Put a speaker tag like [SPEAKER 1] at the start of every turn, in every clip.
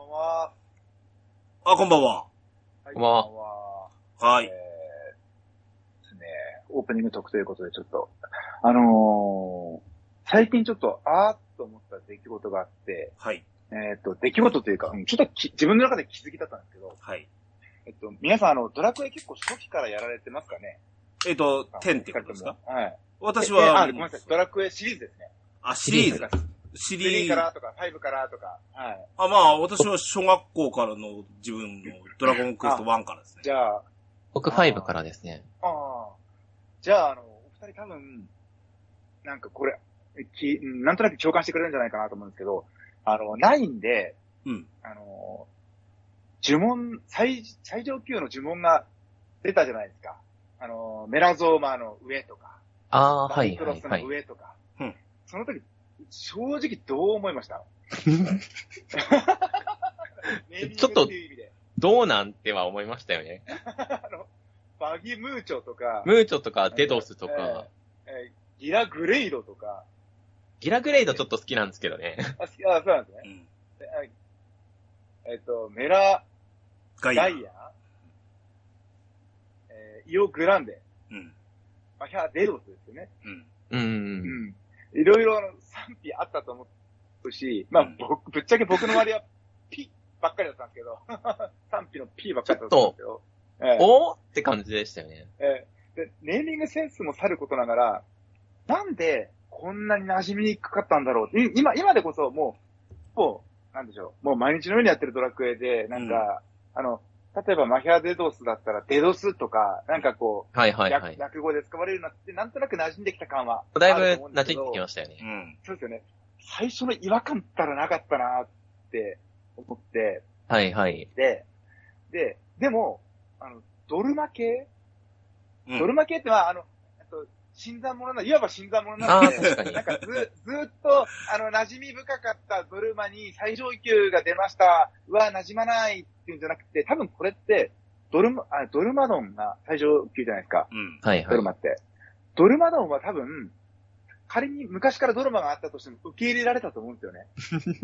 [SPEAKER 1] んは。
[SPEAKER 2] あ、こんばんは。
[SPEAKER 1] はい、
[SPEAKER 3] こんばんは。
[SPEAKER 2] はい。
[SPEAKER 1] ですね、オープニングトークということでちょっと、最近ちょっと、と思った出来事があって、
[SPEAKER 2] はい。
[SPEAKER 1] 出来事というか、ちょっと自分の中で気づきだったんですけど、
[SPEAKER 2] はい。
[SPEAKER 1] 皆さんドラクエ結構初期からやられてますかね
[SPEAKER 2] 10ってことですか？
[SPEAKER 1] はい。
[SPEAKER 2] 私は、
[SPEAKER 1] ごめんなさい、ドラクエシリーズですね。
[SPEAKER 2] あ、シリーズ。
[SPEAKER 1] 3からとか、5からとか、はい。
[SPEAKER 2] あ、まあ、私は小学校からの自分のドラゴンクエスト1からですね。
[SPEAKER 1] じゃあ、
[SPEAKER 3] 僕5からですね。
[SPEAKER 1] じゃあ、お二人多分、なんかこれ、なんとなく共感してくれるんじゃないかなと思うんですけど、9で、
[SPEAKER 2] うん。
[SPEAKER 1] 呪文、最上級の呪文が出たじゃないですか。メラゾーマの上とか、
[SPEAKER 3] はい、
[SPEAKER 1] バリクロス
[SPEAKER 3] はい、
[SPEAKER 1] の上とか、
[SPEAKER 2] うん。
[SPEAKER 1] その時、正直どう思いました
[SPEAKER 3] ちょっと、どうなんては思いましたよね。
[SPEAKER 1] バギムーチョとか、
[SPEAKER 3] ムーチョとかデドスとか、
[SPEAKER 1] ギラグレイドとか。
[SPEAKER 3] ギラグレイドちょっと好きなんですけどね。
[SPEAKER 1] そうなんですね。メラ、ガイア、イオグランデ、マヒャデドスですよね。いろいろ賛否あったと思うし、まあ、ぶっちゃけ僕の周りは P ばっかりだったんですけど、賛否の P ばっかりだったんですけど。
[SPEAKER 3] おーって感じでしたよね。
[SPEAKER 1] で、ネーミングセンスもさることながら、なんでこんなに馴染みにくかったんだろうって、今でこそもう、なんでしょう、もう毎日のようにやってるドラクエで、なんか、例えばマヒャデドスだったらデドスとか、なんかこう、略語で使われるようになって、なんとなく馴染んできた感は
[SPEAKER 3] だいぶ馴染んできましたよね。
[SPEAKER 1] そうですよね。最初の違和感ったらなかったなって思って。でも、ドルマ系ドルマ系って新参者いわば新参者なんで、なんかずっと、馴染み深かったドルマに最上級が出ました。馴染まないっていうんじゃなくて、多分これって、ドルマドンが最上級じゃないですか。ドルマって。ドルマドンは多分、仮に昔からドルマがあったとしても受け入れられたと思うんですよね。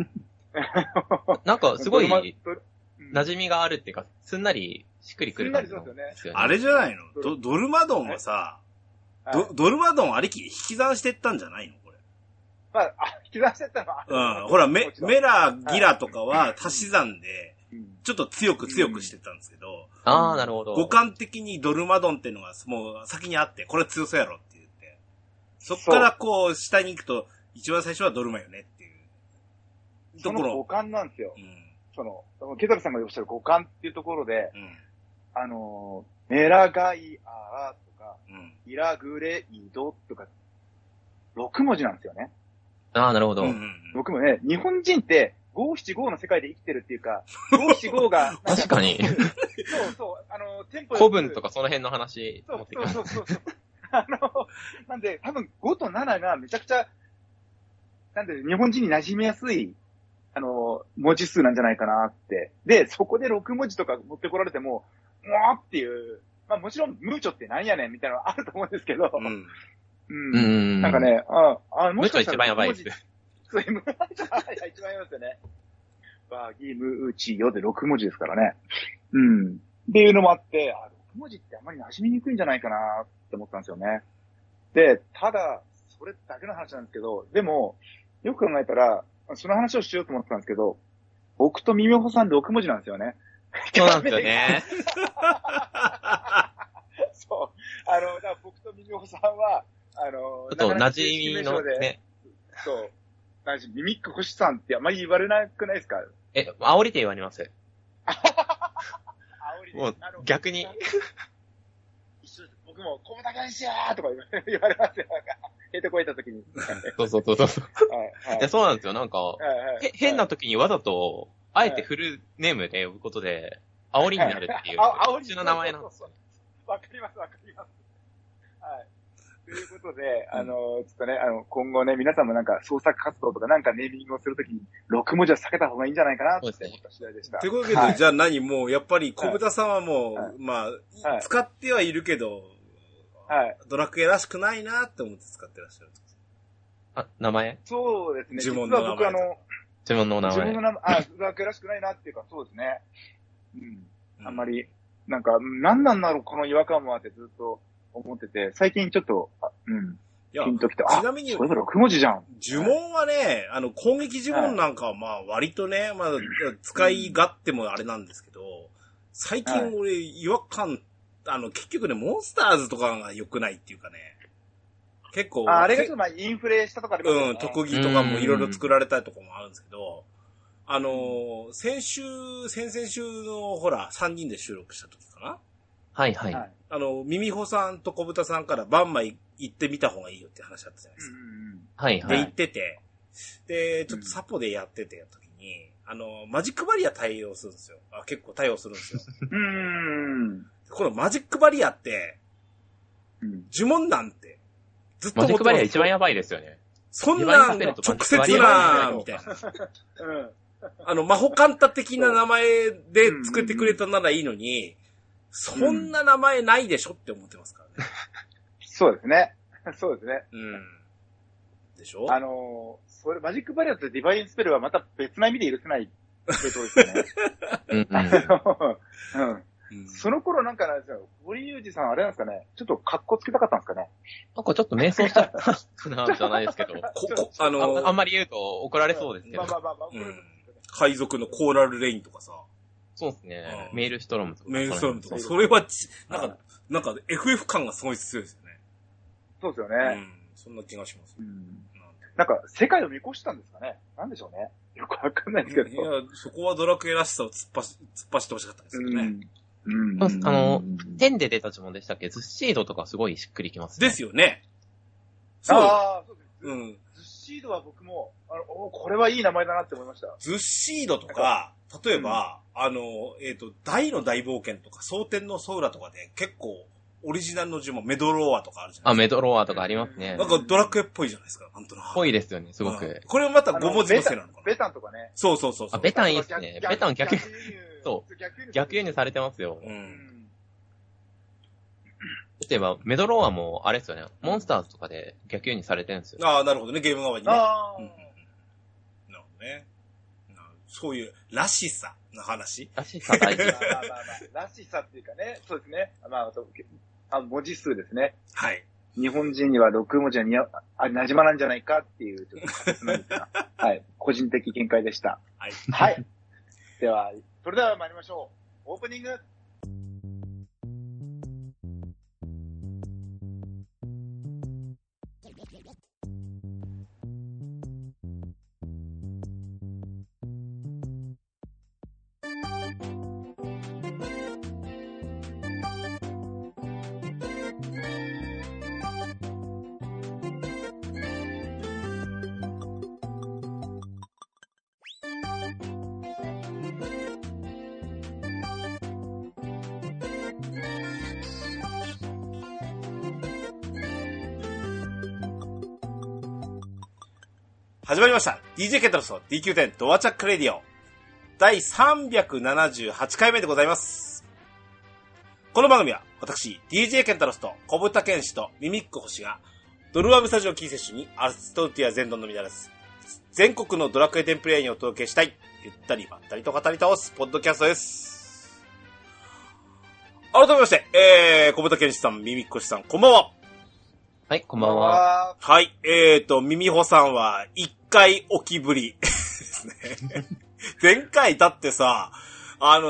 [SPEAKER 3] なんかすごい、馴染みがあるっていうか、すんなりしっくりくる感じですよね。
[SPEAKER 2] あれじゃないの？ドルマドンはさ、ドルマドンありき引き算してったんじゃないのこれ。
[SPEAKER 1] まあ、引き算してったのは。
[SPEAKER 2] ほら、メラ、ギラとかは足し算で、ちょっと強くしてたんですけど。
[SPEAKER 3] なるほど。
[SPEAKER 2] 五感的にドルマドンっていうのがもう先にあって、これ強そうやろって言って。そっからこう、下に行くと、一番最初はドルマよねっていうところ。
[SPEAKER 1] その五感なんですよ。ケタルさんがおっしゃる五感っていうところで、メラガイアーとか、イラグレイドとか、6文字なんですよね。
[SPEAKER 3] なるほど。
[SPEAKER 1] 僕もね、日本人って575の世界で生きてるっていうか、575が。
[SPEAKER 3] 確かに。
[SPEAKER 1] そう、
[SPEAKER 3] テンポ古文とかその辺の話持ってきます。
[SPEAKER 1] そう。なんで、多分5と7がめちゃくちゃ、なんで日本人に馴染みやすい、文字数なんじゃないかなって。で、そこで6文字とか持ってこられても、もうっていう、まあもちろん、ムーチョってなんやねんみたいなのはあると思うんですけど、なんかね、
[SPEAKER 3] ムーチョ一番やばいです。
[SPEAKER 1] そう、ムーチョ一番やばいですよね。バギムーチヨで6文字ですからね。っていうのもあって、6文字ってあんまり馴染みにくいんじゃないかなって思ったんですよね。で、ただ、それだけの話なんですけど、でも、よく考えたら、その話をしようと思ってたんですけど、僕とミミホさん6文字なんですよね。
[SPEAKER 3] そうなんですよね。
[SPEAKER 1] そう。だから僕とミミホさんは、
[SPEAKER 3] ちょっと馴染みのね。
[SPEAKER 1] そう。ミミック星さんってあんまり言われなくないですか？
[SPEAKER 3] 煽りで言われます。もう逆に。
[SPEAKER 1] 僕も、小豚かにしよーとか言われますよ。ヘイトこいた時に。
[SPEAKER 3] そう。そうなんですよ。なんか、変な時にわざと、あえてフルネームで呼ぶことで、煽りになるっていう、うちの名前なんですよね。
[SPEAKER 1] わかります。はい。ということで、ちょっとね、今後ね、皆さんもなんか創作活動とかなんかネーミングをするときに、6文字は避けた方がいいんじゃないかなって思った次第でした。
[SPEAKER 2] ということで、じゃあもう、やっぱり小豚さんはもう、まあ、使ってはいるけど、ドラクエらしくないなって思って使ってらっしゃる。
[SPEAKER 3] 名前？
[SPEAKER 1] そうですね。
[SPEAKER 2] 呪文の名前。
[SPEAKER 3] 自分の名前。
[SPEAKER 1] 自分の名前、ドラクエらしくないなっていうか、そうですね。あんまり、なんか、何なんだろう、この違和感もあってずっと思ってて、最近ちょっと、ピンときて、
[SPEAKER 2] ちなみに、
[SPEAKER 1] それぞれ6文字じゃん。
[SPEAKER 2] 呪文はね、攻撃呪文なんかはまあ割とね、まあ、使い勝手もあれなんですけど、最近俺、違和感、結局ね、モンスターズとかが良くないっていうかね、結構。
[SPEAKER 1] あれがちょっとまあインフレしたとかありますよね。
[SPEAKER 2] 特技とかもいろいろ作られたりとかもあるんですけど、先々週のほら、3人で収録した時かな？
[SPEAKER 3] はいはい。
[SPEAKER 2] ミミホさんと小豚さんからバンマ行ってみた方がいいよって話あったじゃないですか。
[SPEAKER 3] はいはい。
[SPEAKER 2] で、行ってて、で、ちょっとサポでやってて時に、マジックバリア対応するんですよ。結構対応するんですよ。このマジックバリアって、呪文なんて、ずっと
[SPEAKER 3] マジックバリア一番やばいですよね。
[SPEAKER 2] そんな、直接な、みたいな。マホカンタ的な名前で作ってくれたならいいのに、そんな名前ないでしょって思ってますからね。
[SPEAKER 1] そうですね。そうですね。
[SPEAKER 2] でしょ？
[SPEAKER 1] それ、マジックバリアとディバインスペルはまた別な意味で許せない系統ですよね。その頃なんかなんですよ、堀裕二さんあれなんですかね、ちょっと格好つけたかったんですかね。
[SPEAKER 3] なんかちょっと迷走しちゃったかな、じゃないですけど。あんまり言うと怒られそうですけど。
[SPEAKER 2] 海賊のコーラルレインとかさ。
[SPEAKER 3] そうですね。メールストロムとか。
[SPEAKER 2] メールストロムとか。それはなんか FF 感がすごい強いですよね。
[SPEAKER 1] そうですよね。
[SPEAKER 2] そんな気がします。
[SPEAKER 1] なんか世界を見越したんですかね。なんでしょうね。よくわかんないですけど。
[SPEAKER 2] いや、そこはドラクエらしさを突っ走ってほしかったですけどね。
[SPEAKER 3] 10で出た呪文でしたっけ？ズッシードとかすごいしっくりきます
[SPEAKER 2] ね。ですよね。
[SPEAKER 1] そうです。ズッシードは僕も、これはいい名前だなって思いました。
[SPEAKER 2] ズッシードとか、例えば、大の大冒険とか、蒼天のソウラとかで結構、オリジナルの呪文、メドローアとかあるじゃないですか。
[SPEAKER 3] メドローアとかありますね。
[SPEAKER 2] なんかドラクエっぽいじゃないですか、なんとなく。
[SPEAKER 3] ぽいですよね、すごく。
[SPEAKER 2] これもまた5文字のせいなのかな。
[SPEAKER 1] ベタンとかね。
[SPEAKER 2] そう。
[SPEAKER 3] ベタンいいっすね。ベタン逆輸入されてますよ。例えば、メドローアも、あれですよね、モンスターズとかで逆輸入されてるんですよ。
[SPEAKER 2] なるほどね、ゲーム側にね。なるほどね。そういう、らしさの話。
[SPEAKER 3] らしさ大事。
[SPEAKER 1] らしさっていうかね、そうですね。文字数ですね。
[SPEAKER 2] はい。
[SPEAKER 1] 日本人には6文字は馴染まなんじゃないかっていう、ちょっと仮説なんですが、はい。個人的見解でした。
[SPEAKER 2] はい。
[SPEAKER 1] はい。では、それでは参りましょう。オープニング。
[SPEAKER 2] 始まりました。DJ ケンタロスの DQ10 ドアチャックレディオ第378回目でございます。この番組は私 DJ ケンタロスと小豚健士とミミック星がドルワムスタジオキーセッションにアストルティア全土のみならず全国のドラクエ10プレイにお届けしたいゆったりばったりと語り倒すポッドキャストです。改めまして、小豚健士さん、ミミック星さん、こんばんは。
[SPEAKER 3] はい、こんばんは。
[SPEAKER 2] はい、ミミホさんは1回おきぶりですね。前回だってさ、はい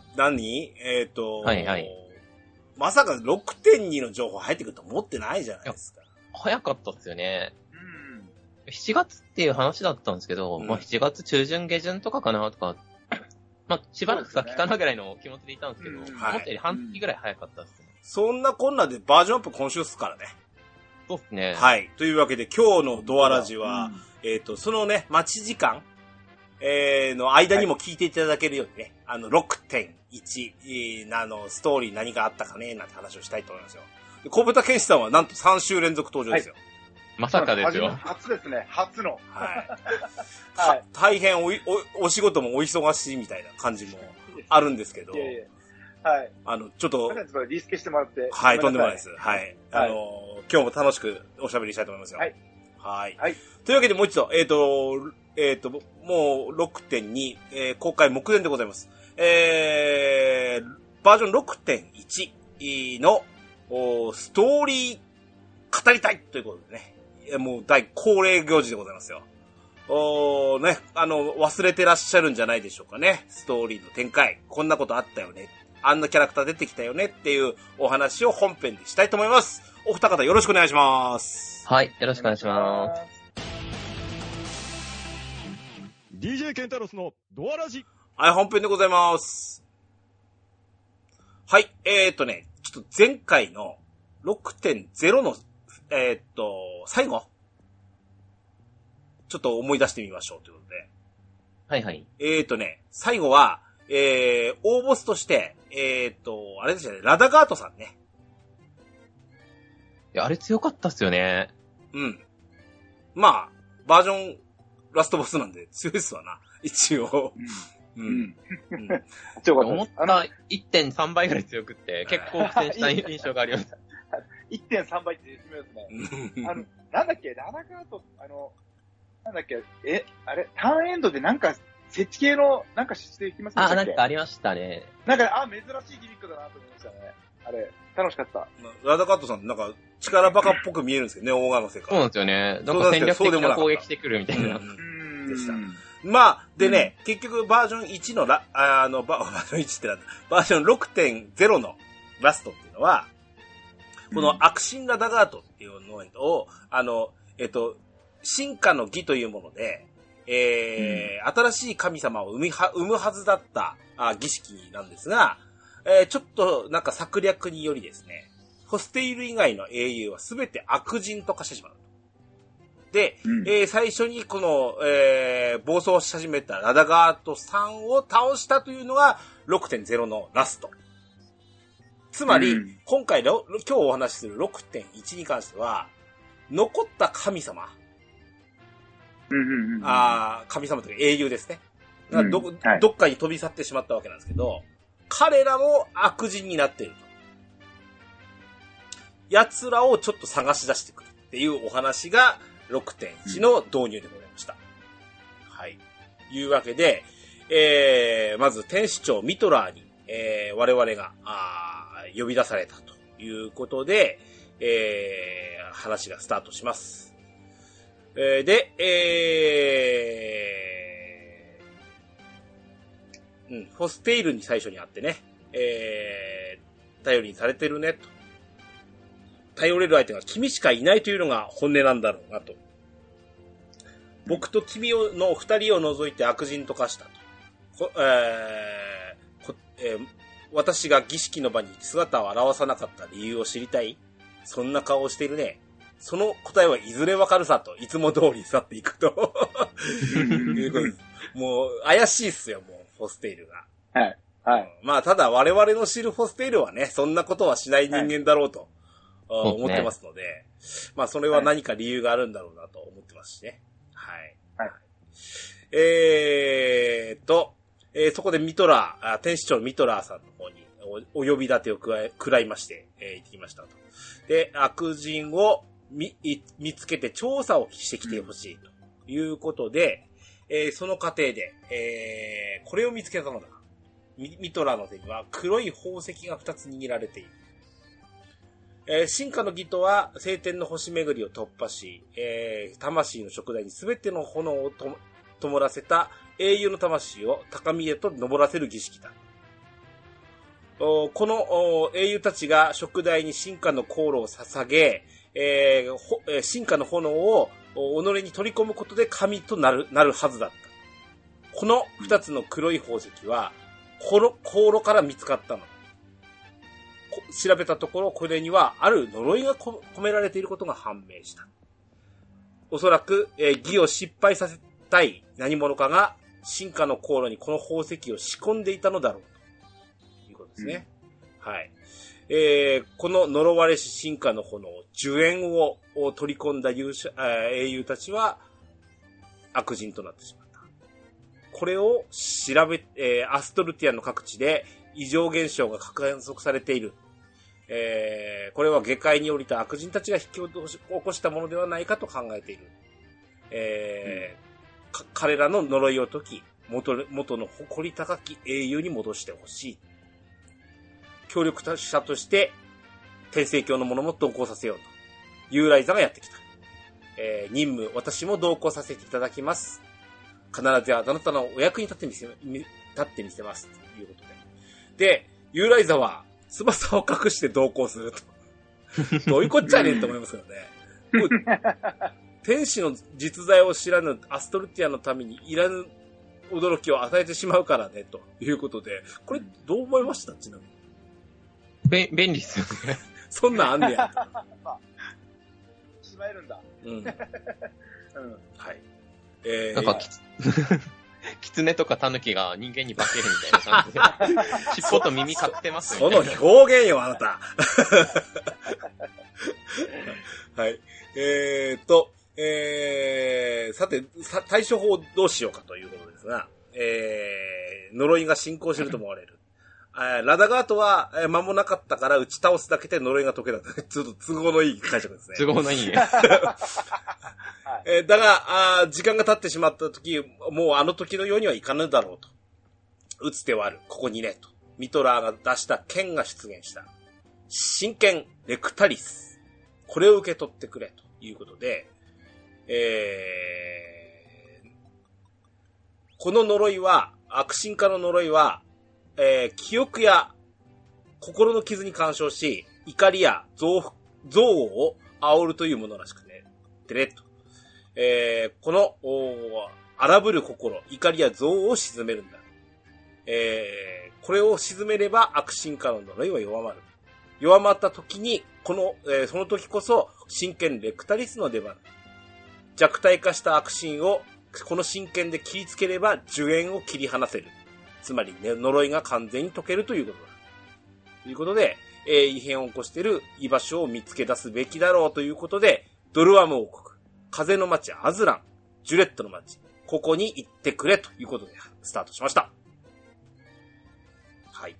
[SPEAKER 2] はい。まさか 6.2 の情報入ってくると思ってないじゃないですか。
[SPEAKER 3] 早かったっすよね。7月っていう話だったんですけど、7月中旬下旬とかかなとか、しばらく先かなぐらいの気持ちでいたんですけど、思ったより半月ぐらい早かったですね。
[SPEAKER 2] そんなこんなでバージョンアップ今週っすからね。
[SPEAKER 3] そうっすね。
[SPEAKER 2] はい。というわけで今日のドアラジは、そのね、待ち時間、の間にも聞いていただけるようにね、6.1 ストーリー何があったかね、なんて話をしたいと思いますよ。小豚健士さんはなんと3週連続登場ですよ。
[SPEAKER 3] まさかですよ。
[SPEAKER 1] 初ですね。初の。
[SPEAKER 2] はい。大変お仕事もお忙しいみたいな感じもあるんですけど。
[SPEAKER 1] はい。
[SPEAKER 2] ちょっと。
[SPEAKER 1] リスケしてもらって。
[SPEAKER 2] はい、とんでもないです。はい。今日も楽しくおしゃべりしたいと思いますよ。はい。はい。というわけでもう一度、 もう 6.2、公開目前でございます。バージョン 6.1 のストーリー語りたいということでね、もう大恒例行事でございますよ。ね、忘れてらっしゃるんじゃないでしょうかね。ストーリーの展開。こんなことあったよね。あんなキャラクター出てきたよねっていうお話を本編でしたいと思います。お二方よろしくお願いします。
[SPEAKER 3] はい、よろしくお願いします。
[SPEAKER 4] DJ ケンタロスのドアラジ。
[SPEAKER 2] はい、本編でございます。はい、ちょっと前回の 6.0 の、最後ちょっと思い出してみましょうということで。
[SPEAKER 3] はいはい。
[SPEAKER 2] 最後は、大ボスとして、あれですよね、ラダガートさんね。
[SPEAKER 3] いや、あれ強かったっすよね。
[SPEAKER 2] うん。まあ、バージョン、ラストボスなんで強いっすわな、一応。うん。
[SPEAKER 1] 強かった。
[SPEAKER 3] 思った 1.3 倍ぐらい強くって、結構苦戦した印象があります。
[SPEAKER 1] 1.3 倍って言ってみますね。なんだっけ、ラダガート、なんだっけ、あれ、ターンエンドでなんか、設置系の、なんかしていきますね。
[SPEAKER 3] なんかありましたね。
[SPEAKER 1] なんか、珍しいギミックだなと思いましたね。あれ、楽しかった。
[SPEAKER 2] ラダカットさん、なんか、力バカっぽく見えるんですけどね、大川の世界。
[SPEAKER 3] そうなんですよね。なんか戦略的な攻撃してくるみたいな。
[SPEAKER 2] でした。まあ、でね、結局バージョン1のバージョン1ってなんだ、バージョン 6.0 のラストっていうのは、この悪神ラダガートっていうのを、進化の儀というもので、新しい神様を生むはずだった儀式なんですが、ちょっとなんか策略によりですね、ホステイル以外の英雄はすべて悪人と化してしまう。で、最初にこの、暴走し始めたラダガートさんを倒したというのが 6.0 のラスト。つまり、今日お話しする 6.1 に関しては、残った神様、神様というか英雄ですね。どっかに飛び去ってしまったわけなんですけど、彼らも悪人になっていると。奴らをちょっと探し出してくるっていうお話が 6.1 の導入でございました。はい。いうわけで、まず天使長ミトラーに、我々が呼び出されたということで、話がスタートします。で、ホステイルに最初に会ってね、頼りにされてるねと。頼れる相手が君しかいないというのが本音なんだろうなと。僕と君の二人を除いて悪人と化したと。私が儀式の場に姿を現さなかった理由を知りたい？そんな顔をしているね。その答えはいずれわかるさと、いつも通り去っていくと。いうことです。もう、怪しいっすよ、もう、ホステイルが。
[SPEAKER 1] はい。はい。
[SPEAKER 2] まあ、ただ我々の知るホステイルはね、そんなことはしない人間だろうと、思ってますので、まあ、それは何か理由があるんだろうなと思ってますしね。はい。はい。そこで天使長のミトラーさんの方にお呼び立てを食らいまして、行ってきましたと。で、悪人を見つけて調査をしてきてほしいということで、その過程で、これを見つけたのだ。ミトラの手には黒い宝石が2つ握られている。進化の儀とは聖天の星巡りを突破し、魂の燭台に全ての炎を灯らせた英雄の魂を高みへと昇らせる儀式だ。この英雄たちが燭台に進化の航路を捧げ、進化の炎を己に取り込むことで神となるはずだった。この二つの黒い宝石は、航路から見つかったの。調べたところ、これにはある呪いが込められていることが判明した。おそらく、儀を失敗させたい何者かが、進化の航路にこの宝石を仕込んでいたのだろう。ということですね。はい。この呪われし進化の炎、呪縁を取り込んだ英雄たちは悪人となってしまった。これをアストルティアの各地で異常現象が観測されている。これは下界に降りた悪人たちが引き起こしたものではないかと考えている。 彼らの呪いを解き、元の誇り高き英雄に戻してほしい。協力者として、天聖教の者も同行させようと。ユーライザがやってきた。任務、私も同行させていただきます。必ずあなたのお役に立ってみせます。ということで。で、ユーライザは、翼を隠して同行すると。どういうこっちゃねんと思いますよね。天使の実在を知らぬアストルティアのためにいらぬ驚きを与えてしまうからね、ということで。これ、どう思いましたちなみ
[SPEAKER 3] に。便利っすよね。
[SPEAKER 2] そんなんあんねや。
[SPEAKER 1] しまえるんだ。
[SPEAKER 2] うん。うん。はい。
[SPEAKER 3] なんか狐とか狸が人間に化けるみたいな感じで。尻尾と耳かってます
[SPEAKER 2] よね。その表現よ、あなた。はい。さて、対処法どうしようかということですが、呪いが進行していると思われる。ラダガートは間もなかったから打ち倒すだけで呪いが解けた。ちょっと都合のいい解釈ですね。
[SPEAKER 3] 都合のいい。
[SPEAKER 2] だが、時間が経ってしまった時、もうあの時のようにはいかぬだろうと。打つ手はある。ここにね、と。ミトラーが出した剣が出現した。真剣レクタリス。これを受け取ってくれ、ということで、この呪いは、悪神化の呪いは、記憶や心の傷に干渉し、怒りや憎悪を煽るというものらしくね。でね、と。この、荒ぶる心、怒りや憎悪を鎮めるんだ。これを鎮めれば悪神化の呪いは弱まる。弱まった時に、その時こそ、真剣レクタリスの出番。弱体化した悪神を、この真剣で切りつければ、呪縁を切り離せる。つまり、ね、呪いが完全に解けるということだ。ということで、異変を起こしている居場所を見つけ出すべきだろうということで、ドルワム王国、風の町アズラン、ジュレットの町、ここに行ってくれということで、スタートしました。はい。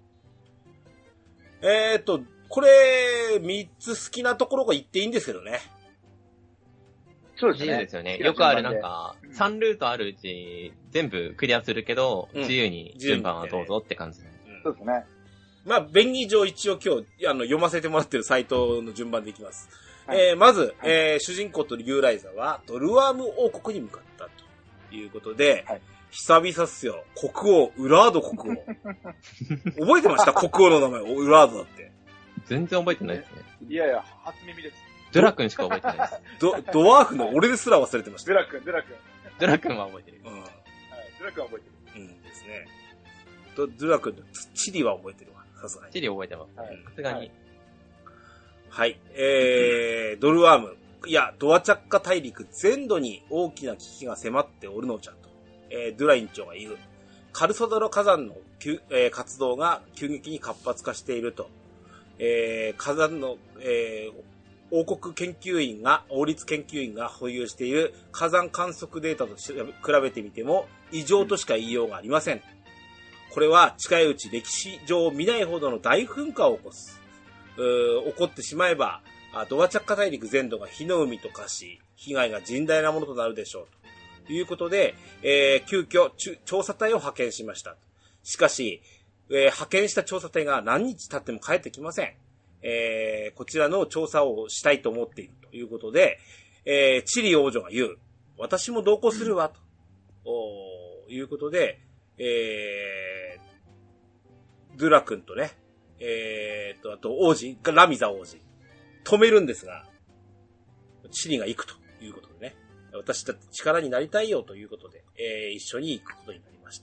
[SPEAKER 2] これ、3つ好きなところが言っていいんですけどね。
[SPEAKER 3] そうですね。ですよね。よくあるなんか、3ルートあるうち、全部クリアするけど、自由に順番はどうぞって感じ、
[SPEAKER 1] そうですね。
[SPEAKER 2] まあ、便宜上一応今日、読ませてもらってるサイトの順番でいきます。はい、まず、主人公とユーライザは、ドルワーム王国に向かったということで、はい、久々っすよ。国王、ウラード国王。覚えてました国王の名前、ウラードだって。
[SPEAKER 3] 全然覚えてないですね。
[SPEAKER 1] いやいや、初耳です。
[SPEAKER 3] ドラ君しか覚えてないです。
[SPEAKER 2] ドワーフの俺ですら忘れてました。
[SPEAKER 1] ドラ君。
[SPEAKER 3] ドラ君は覚えてる。
[SPEAKER 1] うん。はい、ドラ君は覚えて
[SPEAKER 2] る。うんですね。ドラ君のチリは覚えてるわ。さすがに。
[SPEAKER 3] チリ覚えてます。さすがに。
[SPEAKER 2] はい。ドルワーム。いや、ドアチャッカ大陸全土に大きな危機が迫っておるのじゃと。ドゥラ委員長が言う。カルソドロ火山の、活動が急激に活発化していると。火山の、王立研究員が保有している火山観測データと比べてみても異常としか言いようがありません。これは近いうち歴史上見ないほどの大噴火を起こす。起こってしまえば、ドアチャッカ大陸全土が火の海と化し、被害が甚大なものとなるでしょう。ということで、急遽調査隊を派遣しました。しかし、派遣した調査隊が何日経っても帰ってきません。こちらの調査をしたいと思っているということで、チリ王女が言う。私も同行するわ、ということで、ドゥラ君とね、あと王子、ラミザ王子、止めるんですが、チリが行くということでね、私たち力になりたいよということで、一緒に行くことになりました。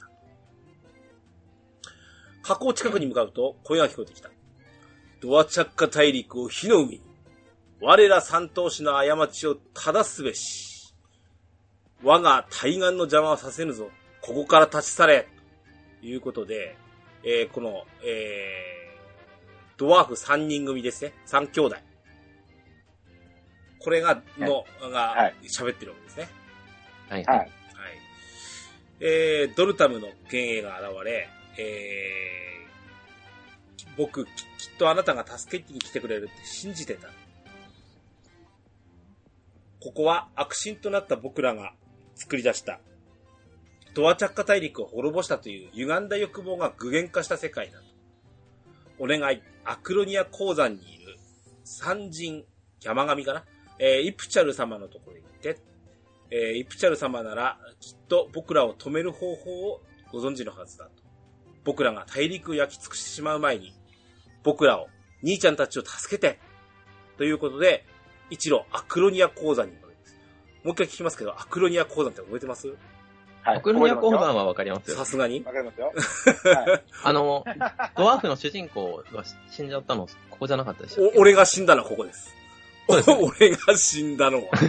[SPEAKER 2] 河口近くに向かうと声が聞こえてきた。ドアチャッカ大陸を火の海に、我ら三頭士の過ちを正すべし。我が対岸の邪魔をさせぬぞ。ここから立ち去れ。ということで、この、ドワーフ3人組ですね。3兄弟。これが喋ってるわけですね。
[SPEAKER 3] はい。はい。
[SPEAKER 2] ドルタムの幻影が現れ、僕、きっとあなたが助けに来てくれるって信じてた。ここは悪神となった僕らが作り出したドアチャッカ大陸を滅ぼしたという歪んだ欲望が具現化した世界だと。お願い、アクロニア鉱山にいる山人山神かな、イプチャル様のところに行って、イプチャル様ならきっと僕らを止める方法をご存知のはずだと。僕らが大陸を焼き尽くしてしまう前に、僕らを、兄ちゃんたちを助けてということで、一路アクロニア鉱山に乗るんです。もう一回聞きますけど、アクロニア鉱山って覚えてます？
[SPEAKER 3] はい。アクロニア鉱山はわかりますよ。
[SPEAKER 2] さすがに
[SPEAKER 1] わかりますよ。はい。
[SPEAKER 3] ドワーフの主人公が死んじゃったの、ここじゃなかったでしたっけ？
[SPEAKER 2] 俺が死んだのはここです。
[SPEAKER 3] そうですね、
[SPEAKER 2] 俺が死んだのは。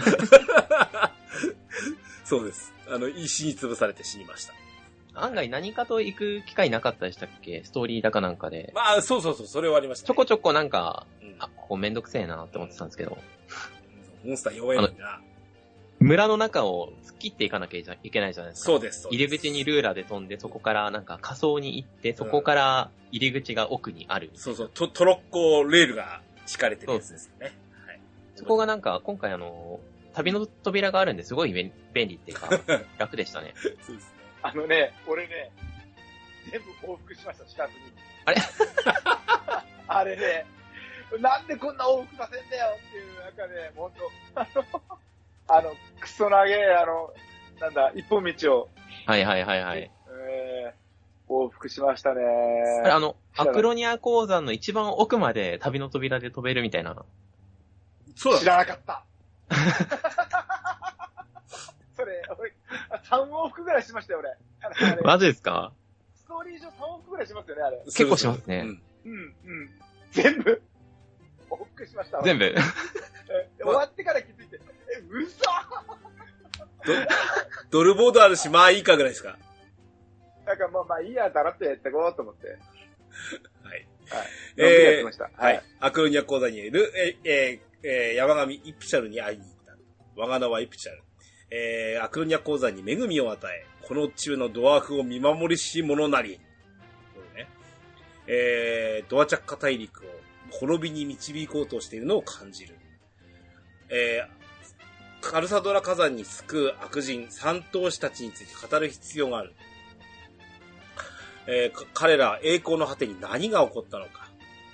[SPEAKER 2] そうです。石に潰されて死にました。
[SPEAKER 3] 案外何かと行く機会なかったでしたっけ？ストーリーだかなんかで。
[SPEAKER 2] まあ、そう、それはありました、ね。
[SPEAKER 3] ちょこちょこなんか、ここめんどくせえなって思ってたんですけど。
[SPEAKER 2] モンスター弱いのにな。
[SPEAKER 3] 村の中を突っ切っていかなきゃいけないじゃないですか。
[SPEAKER 2] そうです。
[SPEAKER 3] 入り口にルーラーで飛んで、そこからなんか仮想に行って、そこから入り口が奥にある。
[SPEAKER 2] そう、トロッコレールが敷かれてるやつですよね。はい。
[SPEAKER 3] そこがなんか、今回旅の扉があるんですごい便利っていうか、楽でしたね。
[SPEAKER 2] そうですね。
[SPEAKER 1] 俺ね、全部往復しました、視察に。
[SPEAKER 3] あれ
[SPEAKER 1] あれね、なんでこんな往復させんだよっていう中で、ほんと、クソ長え、一本道を。
[SPEAKER 3] はい。
[SPEAKER 1] 往復しましたね。
[SPEAKER 3] あれ、アクロニア鉱山の一番奥まで旅の扉で飛べるみたいな。
[SPEAKER 2] そうだ。
[SPEAKER 1] 知らなかった。それ、俺、3往復ぐらいしましたよ、俺。
[SPEAKER 3] マジですか？
[SPEAKER 1] ストーリー上3往復ぐらいしますよね、あれ。
[SPEAKER 3] 結構しますね。
[SPEAKER 1] うん。全部、往復しました。
[SPEAKER 3] 全部。
[SPEAKER 1] 終わってから気づいて、嘘
[SPEAKER 2] ドルボードあるし、まあいいかぐらいですか。
[SPEAKER 1] なんかまあいいや、だらってやってこうと思って。
[SPEAKER 2] はい。
[SPEAKER 1] やってました。
[SPEAKER 2] はい。アクロニア鉱山にいる、山上イプチャルに会いに行った。我が名はイプチャル。アクロニア鉱山に恵みを与え、この中のドワーフを見守りし者なり。これね。ドアチャッカ大陸を滅びに導こうとしているのを感じる。カルサドラ火山に救う悪人、三頭士たちについて語る必要がある。彼ら栄光の果てに何が起こったのか。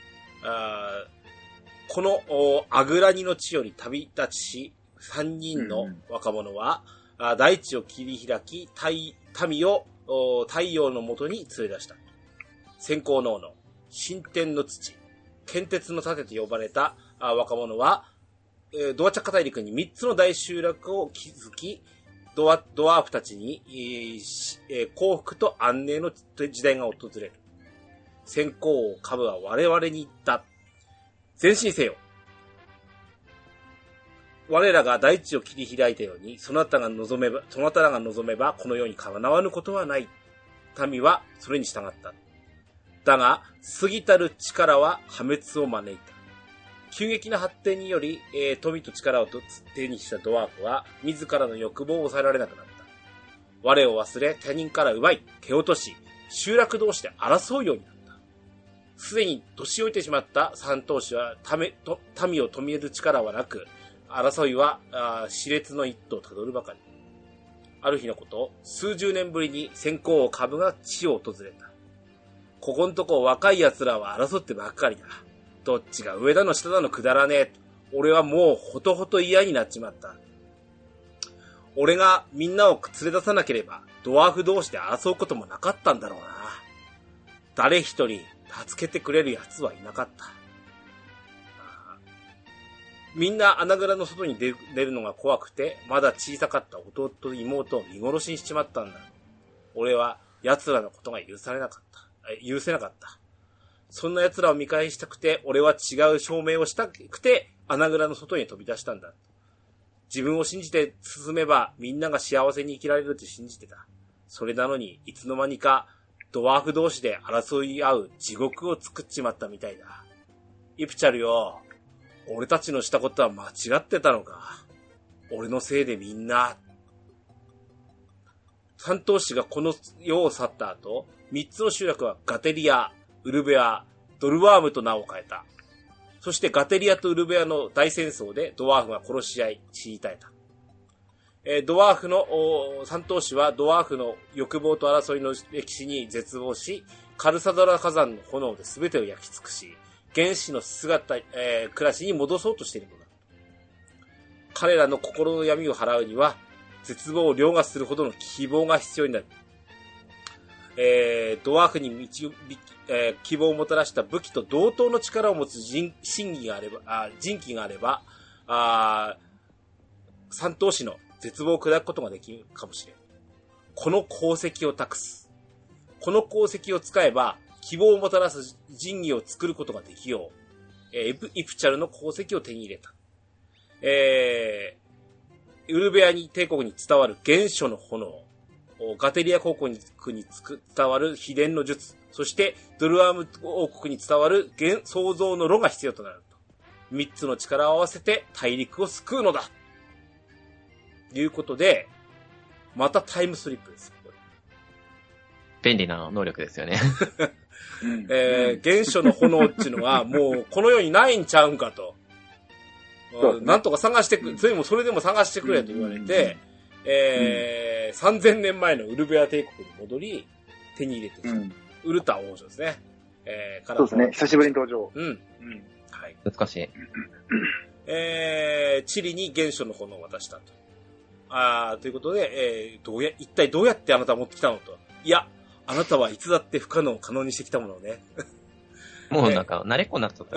[SPEAKER 2] このアグラニの地より旅立ちし、三人の若者は、大地を切り開き、民を太陽のもとに連れ出した。先行能の新天の土、剣鉄の盾と呼ばれた若者は、ドアチャッカ大陸に3つの大集落を築き、ドワーフたちに、幸福と安寧の時代が訪れる。先行王カブは我々に言った。前進せよ。我らが大地を切り開いたように、そなたらが望めば、この世に叶わぬことはない。民はそれに従った。だが、過ぎたる力は破滅を招いた。急激な発展により、富と力を手にしたドワーフは、自らの欲望を抑えられなくなった。我を忘れ、他人から奪い、蹴落とし、集落同士で争うようになった。すでに年老いてしまった三頭士は、民を止める力はなく、争いは熾烈の一途をたどるばかり。ある日のこと、数十年ぶりに先行王カブが地を訪れた。ここんとこ若い奴らは争ってばっかりだ。どっちが上だの下だのくだらねえ。俺はもうほとほと嫌になっちまった。俺がみんなを連れ出さなければ、ドワーフ同士で争うこともなかったんだろうな。誰一人助けてくれる奴はいなかった。みんな穴蔵の外に出るのが怖くて、まだ小さかった弟と妹を見殺しにしちまったんだ。俺は奴らのことが許せなかった。そんな奴らを見返したくて、俺は違う証明をしたくて、穴蔵の外に飛び出したんだ。自分を信じて進めば、みんなが幸せに生きられるって信じてた。それなのに、いつの間にか、ドワーフ同士で争い合う地獄を作っちまったみたいだ。イプチャルよ、俺たちのしたことは間違ってたのか。俺のせいでみんな。三頭士がこの世を去った後、三つの集落はガテリア、ウルベア、ドルワームと名を変えた。そしてガテリアとウルベアの大戦争でドワーフが殺し合い、死に絶えた。 ドワーフの、三頭士はドワーフの欲望と争いの歴史に絶望し、カルサドラ火山の炎で全てを焼き尽くし、原始の姿、暮らしに戻そうとしているのだ。彼らの心の闇を払うには、絶望を凌駕するほどの希望が必要になる。ドワーフに希望をもたらした武器と同等の力を持つ人気があれば、三頭士の絶望を砕くことができるかもしれん。この鉱石を託す。この鉱石を使えば、希望をもたらす神器を作ることができよう。イプチャルの鉱石を手に入れた。ウルベアニ帝国に伝わる原初の炎。ガテリア王国に伝わる秘伝の術。そして、ドルアーム王国に伝わる創造の炉が必要となると。三つの力を合わせて大陸を救うのだ。ということで、またタイムスリップです。
[SPEAKER 3] 便利な能力ですよね。
[SPEAKER 2] 原初の炎っていうのはもうこの世にないんちゃうんかと。なんとか探してく、それでも探してくれと言われて、3000年前のウルベア帝国に戻り、手に入れてきた。ウルタ王女ですね。
[SPEAKER 1] そうですね。久しぶりに登場。
[SPEAKER 3] はい。難しい。
[SPEAKER 2] チリに原初の炎を渡したと。ということで、一体どうやってあなたは持ってきたのと。いや、あなたはいつだって不可能を可能にしてきたものをね。
[SPEAKER 3] もうなんか、慣れっこになっちゃった。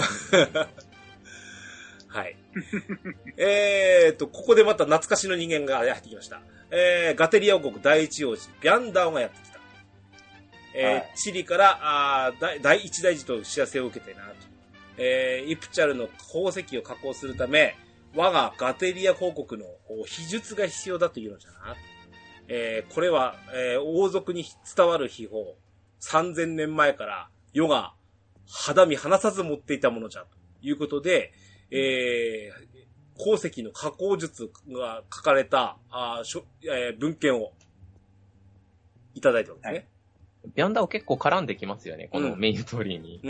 [SPEAKER 2] はい。ここでまた懐かしの人間が入ってきました。ガテリア王国第一王子、ビャンダオがやってきた。チリから第一大事と知らせを受けてなと。イプチャルの鉱石を加工するため、我がガテリア公国の秘術が必要だというのじゃな。これは、王族に伝わる秘宝。3000年前から世が肌身離さず持っていたものじゃということで、鉱石の加工術が書かれた文献をいただいてますね。はい、
[SPEAKER 3] ビャンダオ結構絡んできますよね、このメインストーリーに。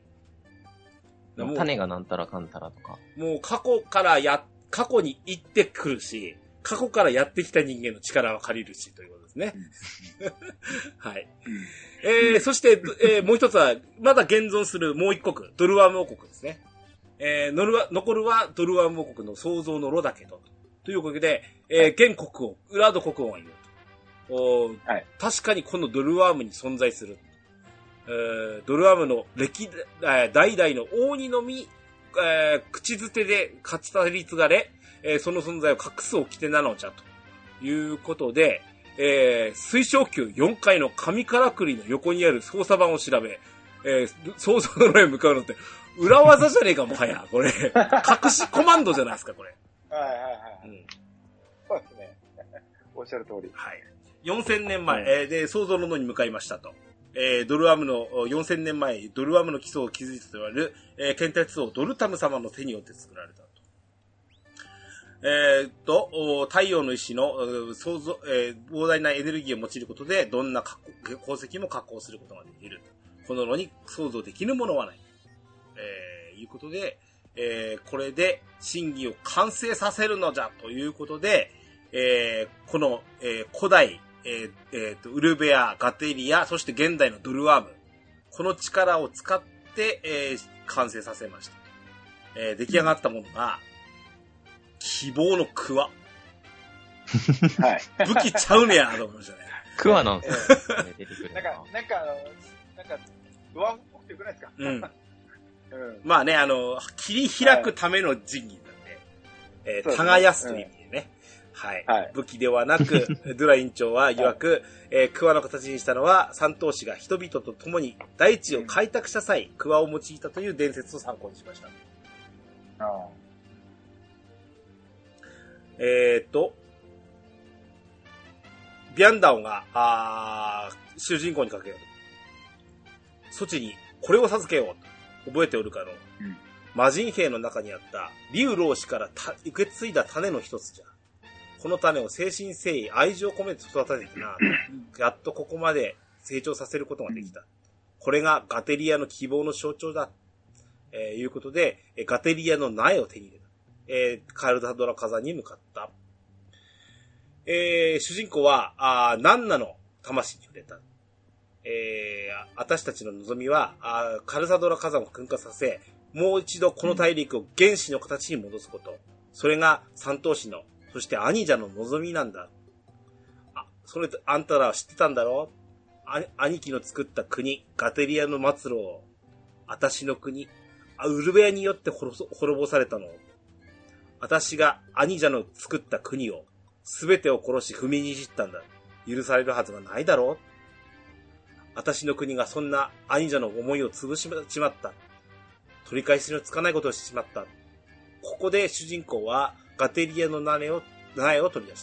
[SPEAKER 3] 種がなんたらかんたらとか。
[SPEAKER 2] もう過去に行ってくるし、過去からやってきた人間の力を借りるしということですね。はい。そして、もう一つは、まだ現存するもう一国、ドルワーム王国ですね。残るはドルワーム王国の創造の炉だけど、ということで、現国王、ウラード国王が言うと。確かにこのドルワームに存在する。ドルワームの代々の王にのみ、口づてで語り継がれ、その存在を隠す掟なのじゃということで、水晶球4階の紙からくりの横にある操作盤を調べ、創造の炉へ向かうのって、裏技じゃねえかもはや、これ。隠しコマンドじゃないですか、これ。
[SPEAKER 1] そうですね。おっしゃる通り。
[SPEAKER 2] はい。4000年前、で、創造の炉に向かいましたと。ドルアムの、4000年前、ドルアムの基礎を築いたと言われる、剣鉄王ドルタム様の手によって作られたと。太陽の石の、膨大なエネルギーを用いることで、どんな鉱石も加工することができる。この炉に想像できるものはない。いうことで、これで真偽を完成させるのじゃということで、この、古代、ウルベア、ガテリア、そして現代のドルワーム。この力を使って、完成させました。出来上がったものが、希望のクワ。
[SPEAKER 1] はい。
[SPEAKER 2] 武器ちゃうねやと思いましたね。
[SPEAKER 3] クワなんですね。出てくる。
[SPEAKER 1] なんか、ドワーフっぽくてよくないですか？
[SPEAKER 2] まあね、切り開くための神器なんで、耕すという意味でね。はい。武器ではなく、ドゥラ委員長は曰く、クワの形にしたのは、三頭士が人々と共に大地を開拓した際、クワを用いたという伝説を参考にしました。ビャンダオが、主人公にかける。措置に、これを授けようと。覚えておるかの。魔人兵の中にあった、竜老師から受け継いだ種の一つじゃ。この種を誠心誠意、愛情を込めて育ててな、やっとここまで成長させることができた。これがガテリアの希望の象徴だ。いうことで、ガテリアの苗を手に入れた。カルダドラ火山に向かった。 主人公は、ナンナの魂に触れた。私たちの望みは、カルサドラ火山を噴火させ、もう一度この大陸を原始の形に戻すこと。それが三頭身の、そして兄者の望みなんだ。それあんたらは知ってたんだろう？兄貴の作った国、ガテリアの末路を、私の国、ウルベアによって滅ぼされたの。私が兄者の作った国を、すべてを殺し踏みにじったんだ。許されるはずがないだろう？私の国がそんな兄者の思いを潰しちまった。取り返しのつかないことをしてしまった。ここで主人公はガテリアの苗を取り出した。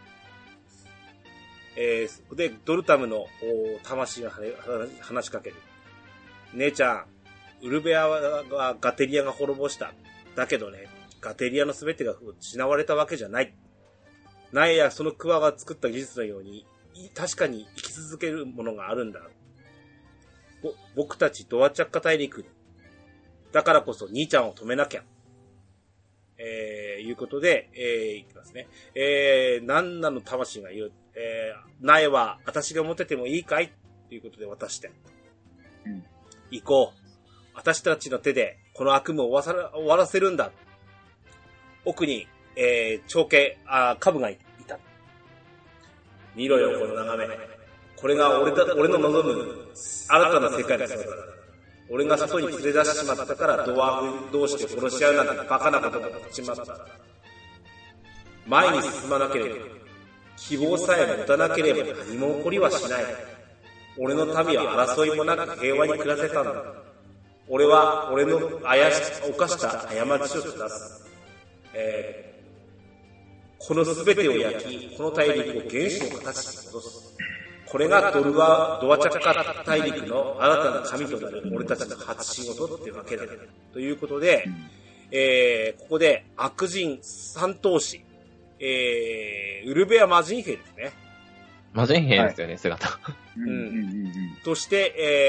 [SPEAKER 2] そこでドルタムの魂が話しかける。姉ちゃん、ウルベアはガテリアが滅ぼした。だけどね、ガテリアのすべてが失われたわけじゃない。苗やそのクワが作った技術のように、確かに生き続けるものがあるんだ。僕たちドアチャッカ大陸に。だからこそ兄ちゃんを止めなきゃ。いうことで、いきますね。ナンナの魂が言う。苗は私が持ててもいいかいということで渡して。行こう。私たちの手でこの悪夢を終わらせるんだ。奥に、長兄、カブがいた。見ろよ、この眺め。これが俺の望む新たな世界の姿だ。俺が外に連れ出してしまったからドワーフ同士で殺し合うなんてバカなことが起きちまった。前に進まなければ、希望さえ持たなければ何も起こりはしない。俺の民は争いもなく平和に暮らせたんだ。俺は俺の犯した過ちを下す。この全てを焼き、この大陸を原始の形に戻す。これがドアチャッカ大陸の新たな神となる俺たちの初仕事っていうわけだ。ということで、ここで悪人三頭士、ウルベア魔人兵ですね。
[SPEAKER 3] 魔人兵ですよね、はい、姿。
[SPEAKER 2] として、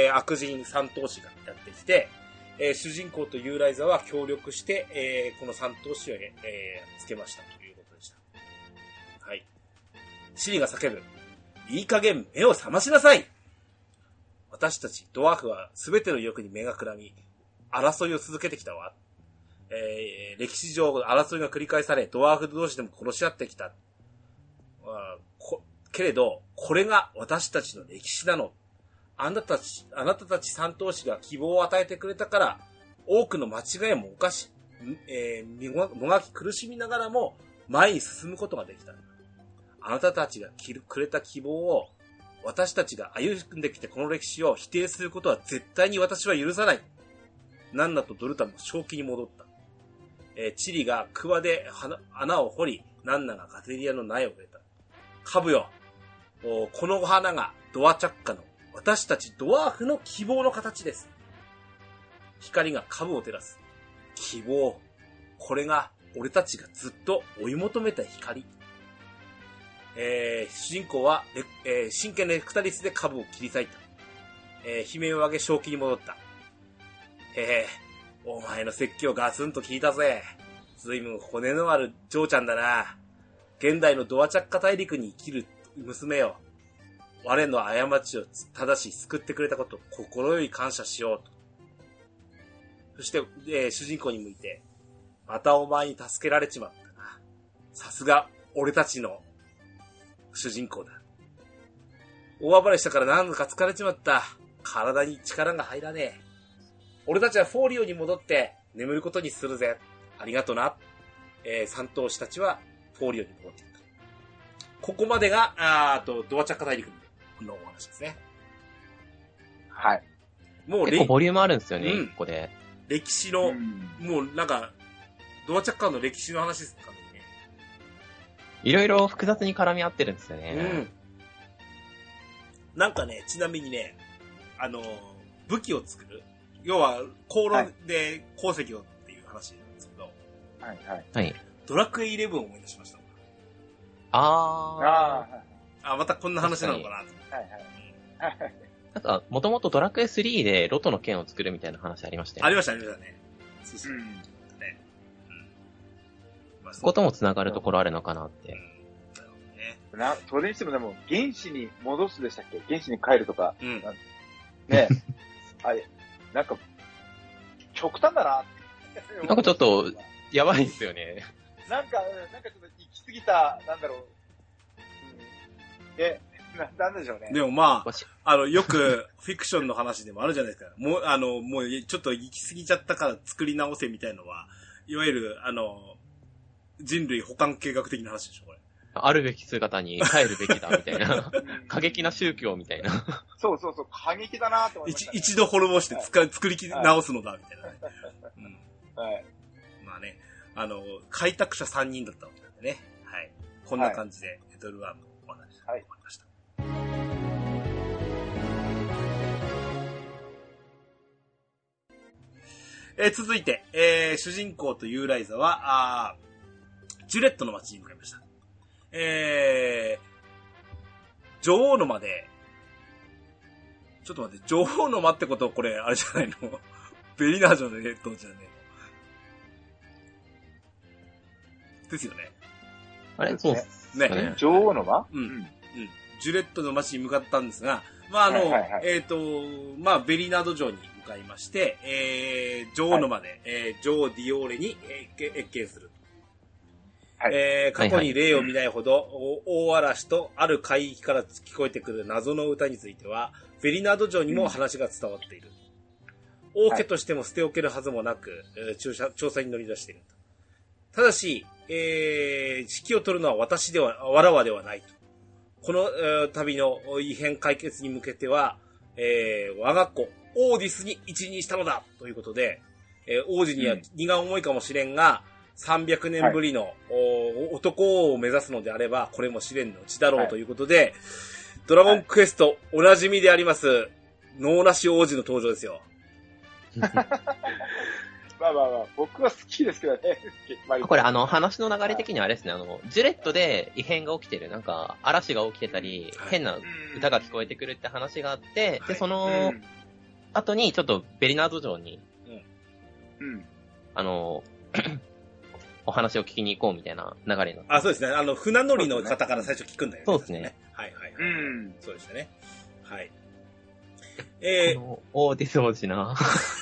[SPEAKER 2] 悪人三頭士がやってきて、主人公とユーライザは協力して、この三頭士を、つけましたということでした。はい。シリが叫ぶ。いい加減目を覚ましなさい。私たちドワーフはすべての欲に目がくらみ、争いを続けてきたわ。歴史上争いが繰り返され、ドワーフ同士でも殺し合ってきた。けれど、これが私たちの歴史なの。あなたたち三頭士が希望を与えてくれたから、多くの間違いも犯し、もがき苦しみながらも前に進むことができた。あなたたちがくれた希望を、私たちが歩んできてこの歴史を否定することは絶対に私は許さない。ナンナとドルタも正気に戻った。チリがクワで穴を掘り、ナンナがガテリアの苗を植えた。カブよ、この花がドアチャッカの私たちドワーフの希望の形です。光がカブを照らす。希望。これが俺たちがずっと追い求めた光。主人公は、真剣ネクタリスでカブを切り裂いた。悲鳴を上げ正気に戻った。お前の説教ガツンと聞いたぜ。ずいぶん骨のある嬢ちゃんだな。現代のドアチャッカ大陸に生きる娘よ。我の過ちを正し救ってくれたことを心より感謝しようと。そして、主人公に向いて、またお前に助けられちまったな。さすが俺たちの主人公だ。大暴れしたからなんか疲れちまった。体に力が入らねえ。俺たちはフォーリオに戻って眠ることにするぜ。ありがとな。三頭士たちはフォーリオに戻っていった。ここまでが、ドアチャッカ大陸のお話ですね。
[SPEAKER 1] はい。
[SPEAKER 3] もう結構ボリュームあるんですよね、ここで。
[SPEAKER 2] 歴史の、もうなんか、ドアチャッカの歴史の話ですかね。
[SPEAKER 3] いろいろ複雑に絡み合ってるんですよね。
[SPEAKER 2] なんかね、ちなみにね、武器を作る。要は、鉱炉で鉱石をっていう話なんですけど。
[SPEAKER 1] はいはい。
[SPEAKER 3] はい。
[SPEAKER 2] ドラクエ11を思い出しました。またこんな話なのかなと。はい
[SPEAKER 3] はい。なんか、もともとドラクエ3でロトの剣を作るみたいな話ありましたよね。
[SPEAKER 2] ありましたね。そうそう。
[SPEAKER 3] ことも繋がるところあるのかなって。
[SPEAKER 2] なるほどね。
[SPEAKER 1] それにしてもでも、原子に戻すでしたっけ？原子に帰るとか。
[SPEAKER 2] うん。
[SPEAKER 1] ねあれ、なんか、極端だな。
[SPEAKER 3] なんかちょっと、やばいですよね。
[SPEAKER 1] なんかちょっと行き過ぎた、なんだろう。なんでしょうね。
[SPEAKER 2] でもまあ、よくフィクションの話でもあるじゃないですか。もうちょっと行き過ぎちゃったから作り直せみたいのは、いわゆる、人類保管計画的な話でしょ、これ。
[SPEAKER 3] あるべき姿に帰るべきだ、みたいな。過激な宗教みたいな。
[SPEAKER 1] そう、過激だなと思いました、ね。
[SPEAKER 2] 一度滅ぼして作り直すのだ、みたいなね。うん。はい。まあね、開拓者3人だったわけなんでね。はい。こんな感じで、ドルワームのお話が終わりました。続いて、主人公とユーライザは、ジュレットの街に向かいました。女王の間で、ちょっと待って、女王の間ってことこれ、あれじゃないのベリナージョのレッドじゃねえのですよね。
[SPEAKER 3] あれそうです
[SPEAKER 2] ね。
[SPEAKER 1] 女王の間？
[SPEAKER 2] うん。ジュレットの街に向かったんですが、まあまあ、ベリナード城に向かいまして、女王の間で、女王ディオーレに謁見する。はい、過去に例を見ないほど、大嵐とある海域から聞こえてくる謎の歌については、ベリナード城にも話が伝わっている。王家としても捨ておけるはずもなく、調査に乗り出している。ただし、指揮を取るのはわらわではないと。この、旅の異変解決に向けては、我が子、オーディスに一任したのだということで、王子には荷が重いかもしれんが、300年ぶりの、男王を目指すのであれば、これも試練のうちだろうということで、ドラゴンクエストおなじみであります、ノーナシ王子の登場ですよ。
[SPEAKER 1] まあ、僕は好きですけどね。
[SPEAKER 3] これ話の流れ的にはあれですね、ジュレットで異変が起きてる、なんか、嵐が起きてたり、変な歌が聞こえてくるって話があって、で、その、後にちょっとベリナード城に、お話を聞きに行こうみたいな流れになって。
[SPEAKER 2] そうですね。船乗りの方から最初聞くんだよね。
[SPEAKER 3] そうですね。
[SPEAKER 2] はい。そうでしたね。はい。
[SPEAKER 3] オーディス王子な。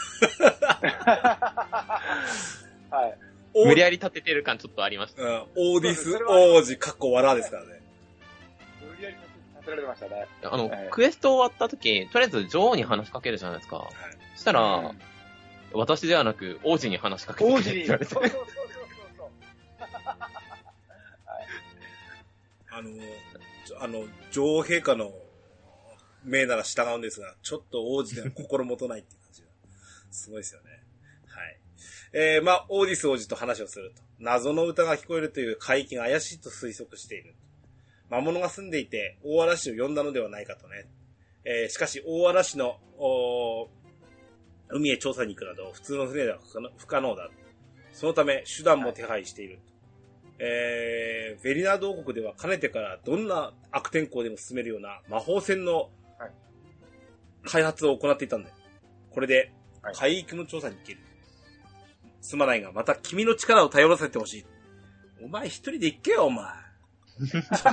[SPEAKER 1] はい。
[SPEAKER 3] 無理やり立ててる感ちょっとありました。
[SPEAKER 2] オーディス王子、かっこ笑ですからね。
[SPEAKER 1] 無理やり立てられてましたね。
[SPEAKER 3] クエスト終わった時、とりあえず女王に話しかけるじゃないですか。そしたら、私ではなく王子に話しかけてくれって言われて。
[SPEAKER 2] 女王陛下の命なら従うんですが、ちょっと王子では心もとないっていう感じが、すごいですよね。はい。まあ、オーディス王子と話をすると。謎の歌が聞こえるという海域が怪しいと推測している。魔物が住んでいて、大嵐を呼んだのではないかとね。しかし、大嵐の、海へ調査に行くなど、普通の船では不可能だ。そのため、手段も手配している。ベリナード王国ではかねてからどんな悪天候でも進めるような魔法船の開発を行っていたんだよ。これで海域の調査に行ける。すまないが、また君の力を頼らせてほしい。お前一人で行けよ、お前。
[SPEAKER 3] い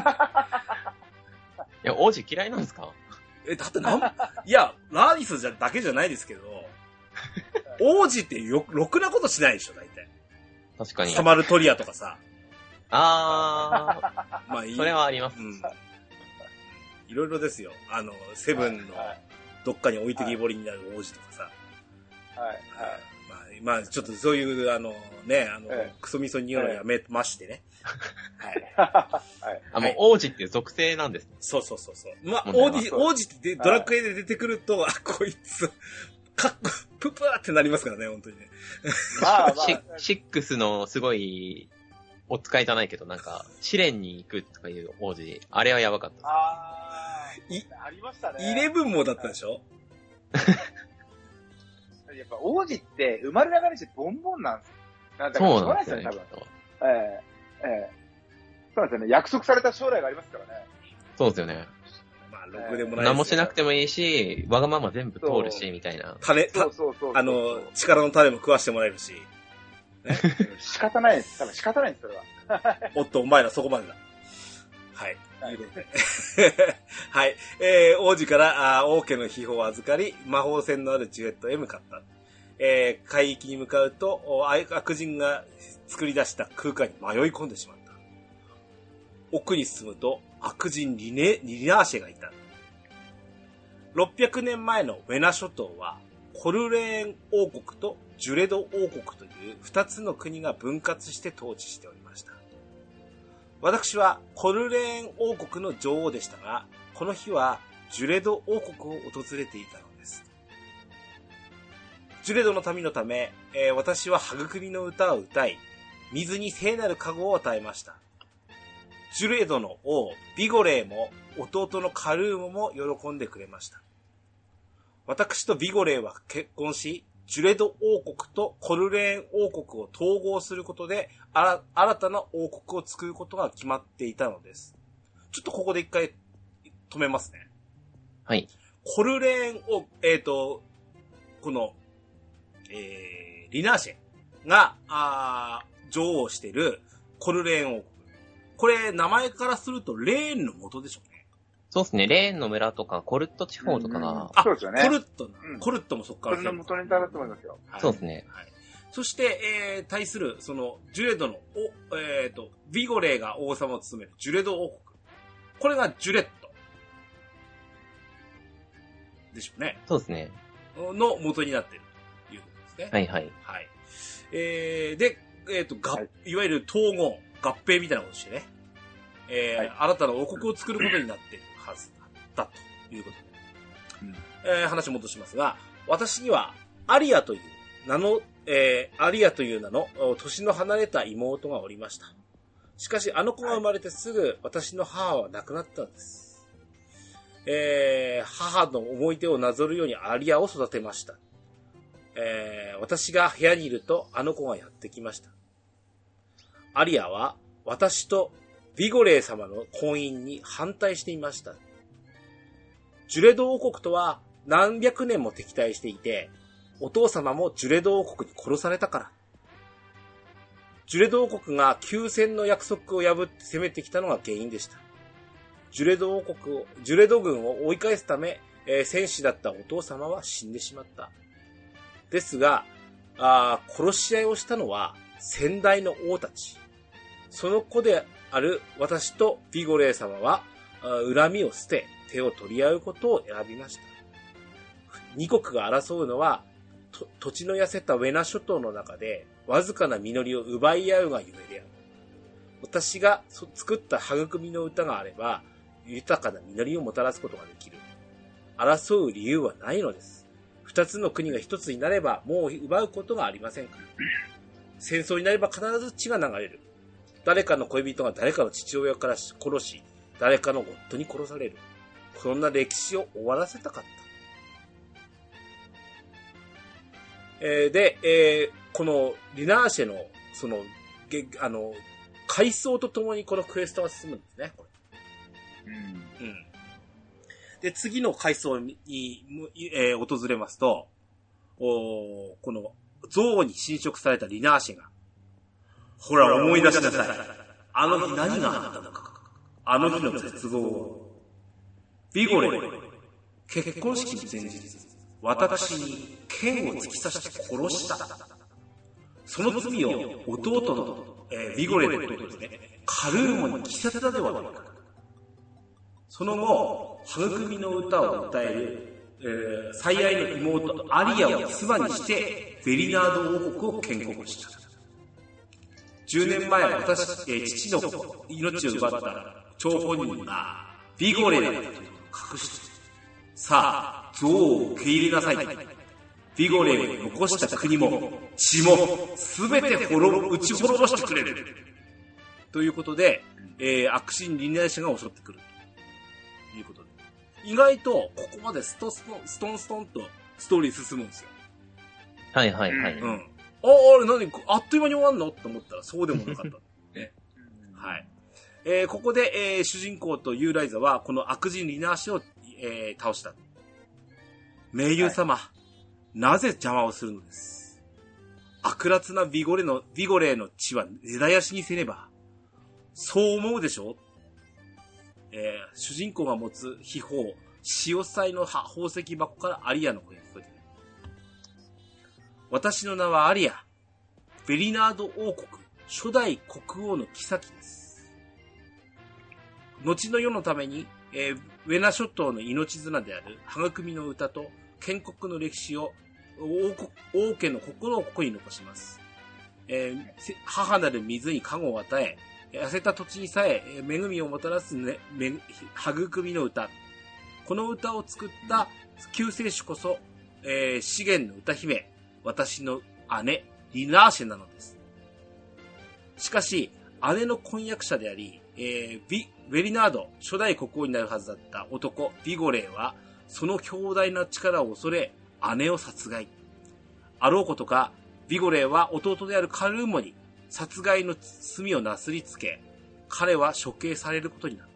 [SPEAKER 3] や、王子嫌いなんですか？
[SPEAKER 2] だっていや、ラーディスだけじゃないですけど、王子ってろくなことしないでしょ、大体。
[SPEAKER 3] 確かに。
[SPEAKER 2] サマルトリアとかさ。
[SPEAKER 3] まあ
[SPEAKER 2] いい。
[SPEAKER 3] それはあります。
[SPEAKER 2] いろいろですよ。セブンのどっかに置いてきぼりになる王子とかさ。まあ、ちょっとそういう、クソみそに言うのやめましてね。
[SPEAKER 3] もう王子っていう属性なんですね。
[SPEAKER 2] そう。まあ、王子ってドラクエで出てくると、こいつ、ププーってなりますからね、本当にね。
[SPEAKER 3] 6のすごい、お使いじゃないけど、なんか、試練に行くとかいう王子、あれはやばかった。
[SPEAKER 1] ありましたね。
[SPEAKER 2] 11もだったでしょ？
[SPEAKER 1] やっぱ王子って生まれながらにしてボンボンなんですよ。
[SPEAKER 3] そうなんですよね、多分。
[SPEAKER 1] そうなんですよね。約束された将来がありますからね。
[SPEAKER 3] そうですよね。
[SPEAKER 2] まあ、ろくでもないです。
[SPEAKER 3] 何もしなくてもいいし、わがまま全部通るし、みたいな。
[SPEAKER 2] 力の種も食わしてもらえるし。
[SPEAKER 1] ね、仕方ないです。多分仕方ないです、それは。
[SPEAKER 2] おっと、お前らそこまでだ。 はい。はい。王子から王家の秘宝を預かり、魔法船のあるジュエットへ向かった。海域に向かうと、悪人が作り出した空間に迷い込んでしまった。奥に進むと、悪人リナーシェがいた。600年前のウェナ諸島は、コルレーン王国とジュレド王国という2つの国が分割して統治しておりました。私はコルレーン王国の女王でしたが、この日はジュレド王国を訪れていたのです。ジュレドの民のため、私は育みの歌を歌い、水に聖なる加護を与えました。ジュレドの王ビゴレーも弟のカルーモも喜んでくれました。私とビゴレーは結婚し、ジュレド王国とコルレーン王国を統合することで、新たな王国を作ることが決まっていたのです。ちょっとここで一回止めますね。
[SPEAKER 3] はい。
[SPEAKER 2] コルレーン王、この、リナーシェが、女王をしているコルレーン王国。これ、名前からするとレーンの元でしょうね。
[SPEAKER 3] そうですね。レーンの村とか、コルット地方とかが。
[SPEAKER 1] そうですよね。
[SPEAKER 2] コルットもそっから。
[SPEAKER 1] それの元ネタだと思いますよ。
[SPEAKER 3] はい、そうですね。
[SPEAKER 2] はい。そして、対する、その、ジュレドの、ビゴレーが王様を務めるジュレド王国。これがジュレット。でしょうね。
[SPEAKER 3] そうですね。
[SPEAKER 2] の元になっているということですね。
[SPEAKER 3] はいはい。
[SPEAKER 2] はい。で、いわゆる統合、合併みたいなことしてね。はい、新たな王国を作ることになっているはずだということで、話を戻しますが、私にはアリアという名の、年の離れた妹がおりました。しかしあの子が生まれてすぐ私の母は亡くなったんです。母の思い出をなぞるようにアリアを育てました。私が部屋にいるとあの子がやってきました。アリアは私とビゴレー様の婚姻に反対していました。ジュレド王国とは何百年も敵対していて、お父様もジュレド王国に殺されたから。ジュレド王国が休戦の約束を破って攻めてきたのが原因でした。ジュレド軍を追い返すため、戦士だったお父様は死んでしまった。ですが、殺し合いをしたのは先代の王たち。その子である私とビゴレー様は恨みを捨て手を取り合うことを選びました。二国が争うのは土地の痩せたウェナ諸島の中でわずかな実りを奪い合うがゆえである。私が作った育みの歌があれば豊かな実りをもたらすことができる。争う理由はないのです。二つの国が一つになればもう奪うことがありませんから。戦争になれば必ず血が流れる。誰かの恋人が誰かの父親から殺し、誰かの夫に殺される。そんな歴史を終わらせたかった。このリナーシェの、階層とともにこのクエストは進むんですね、これ。で、次の階層に、訪れますと、この像に侵食されたリナーシェが、ほら思い出しなさい。あの日何があったのか。あの日の絶望を。ビゴレー、結婚式の前日、私に剣を突き刺して殺した。その罪を弟の、ビゴレーの弟ですね、カルーモに着せたではないか。その後、育みの歌を歌える、最愛の妹アリアを妻にして、ベリナード王国を建国した。10年前父の命を奪った張本人がビゴレーだったというのを隠して、さあ、像を受け入れなさい。ビゴレーを残した国も血もすべて打ち滅ぼしてくれる。ということで、悪神リナーシェが襲ってくる。ということで。意外と、ここまでストンとストーリー進むんですよ。
[SPEAKER 3] はいはいはい。
[SPEAKER 2] うん。あれ何あっという間に終わんのと思ったらそうでもなかった、ね。はい。ここで、主人公とユーライザはこの悪人リナーシェを、倒した。盟友様、はい、なぜ邪魔をするのです。悪辣なビゴレーの血は根絶やしにせねば。そう思うでしょ主人公が持つ秘宝、潮祭の宝石箱からアリアの声が聞こえてくる。私の名はアリア。ベリナード王国、初代国王の妃です。後の世のために、ウェナ諸島の命綱である育みの歌と建国の歴史を王家の心をここに残します。母なる水に加護を与え、痩せた土地にさえ恵みをもたらす、ね、育みの歌。この歌を作った救世主こそ、資源の歌姫、私の姉、リナーシェなのです。しかし、姉の婚約者であり、ウェリナード、初代国王になるはずだった男、ビゴレーは、その強大な力を恐れ、姉を殺害。あろうことか、ビゴレーは弟であるカルーモに殺害の罪をなすりつけ、彼は処刑されることになった。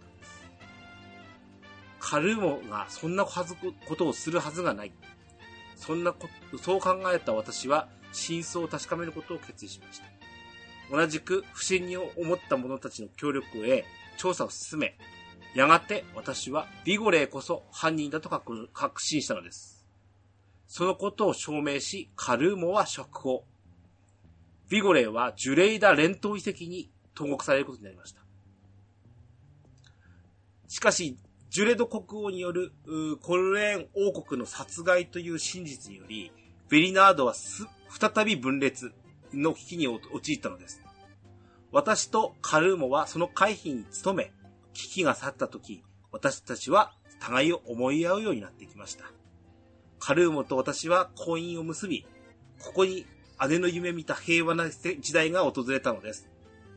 [SPEAKER 2] カルーモがそんなことをするはずがない。そう考えた私は真相を確かめることを決意しました。同じく不審に思った者たちの協力を得、調査を進め、やがて私はビゴレーこそ犯人だと確信したのです。そのことを証明し、カルーモは釈放。ビゴレーはジュレイダ連島遺跡に投獄されることになりました。しかし、ジュレド国王によるコルレーン王国の殺害という真実により、ベリナードは再び分裂の危機に陥ったのです。私とカルーモはその回避に努め、危機が去ったとき、私たちは互いを思い合うようになってきました。カルーモと私は婚姻を結び、ここに姉の夢見た平和な時代が訪れたのです。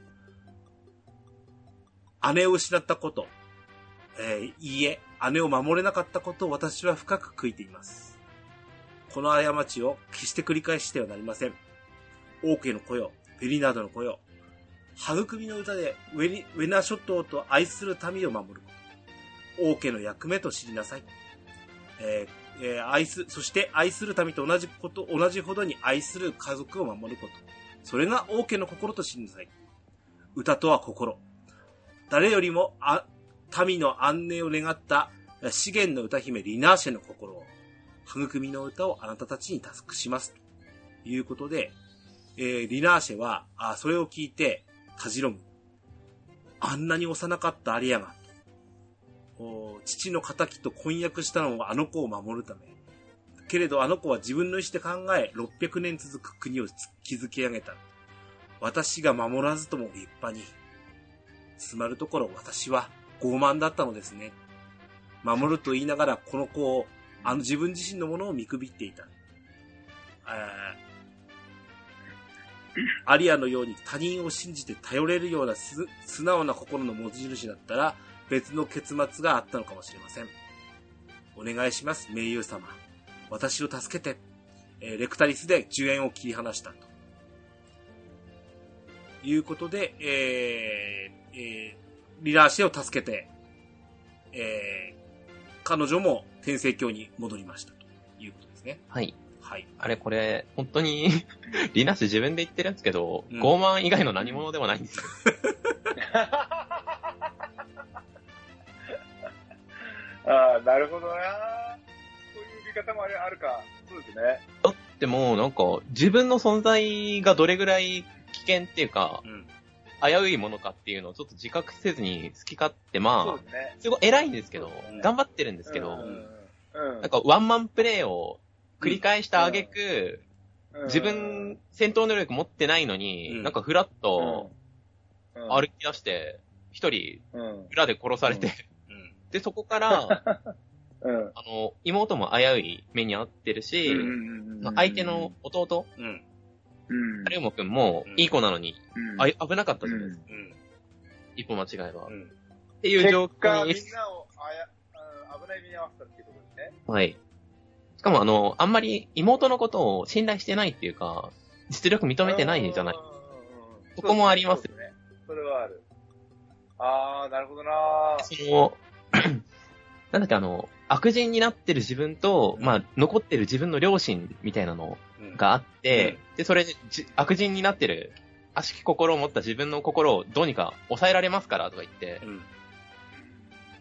[SPEAKER 2] 姉を失ったこと、いいえ、姉を守れなかったことを私は深く悔いています。この過ちを決して繰り返してはなりません。王家の子よ、ベリナードの子よ、育みの歌でウェナ諸島と愛する民を守ること。王家の役目と知りなさい。そして愛する民と同じほどに愛する家族を守ること。それが王家の心と知りなさい。歌とは心。誰よりも民の安寧を願った資源の歌姫リナーシェの心を、育みの歌をあなたたちに託します。ということで、リナーシェはそれを聞いてたじろむ。あんなに幼かったアリアが、父の仇と婚約したのはあの子を守るため。けれどあの子は自分の意思で考え、600年続く国を築き上げた。私が守らずとも立派に。つまるところ私は傲慢だったのですね。守ると言いながらこの子を自分自身のものを見くびっていた。アリアのように他人を信じて頼れるような素直な心の持ち主だったら別の結末があったのかもしれません。お願いします、名優様。私を助けて。レクタリスで10円を切り離したと。いうことで、リナーシェを助けて、彼女も天聖教に戻りましたということですね。
[SPEAKER 3] はい。
[SPEAKER 2] はい。
[SPEAKER 3] あれ、これ、本当に、リナーシェ自分で言ってるんですけど、傲慢以外の何者でもないんですよ。
[SPEAKER 1] ああ、なるほどな。そういう見方もあるか。そうですね。
[SPEAKER 3] だってもうなんか、自分の存在がどれぐらい危険っていうか、危ういものかっていうのをちょっと自覚せずに好き勝手、まあ、すごい偉いんですけど、頑張ってるんですけど、なんかワンマンプレイを繰り返した挙句、自分戦闘能力持ってないのに、なんかフラッと歩き出して、一人裏で殺されて、で、そこから、妹も危うい目に遭ってるし、相手の弟、カルーモくんもいい子なのに、危なかったじゃないですか。一歩間違えば。っていう状況に。
[SPEAKER 1] みんなを危ない目に遭わせたっていうことですね。
[SPEAKER 3] はい。しかもあんまり妹のことを信頼してないっていうか、実力認めてないじゃない。そこもありますよね。
[SPEAKER 1] それはある。あー、なるほどな
[SPEAKER 3] なんだっけ、悪人になってる自分と、まあ、残ってる自分の良心みたいなのがあって、で、それで悪人になってる、悪しき心を持った自分の心をどうにか抑えられますからとか言って、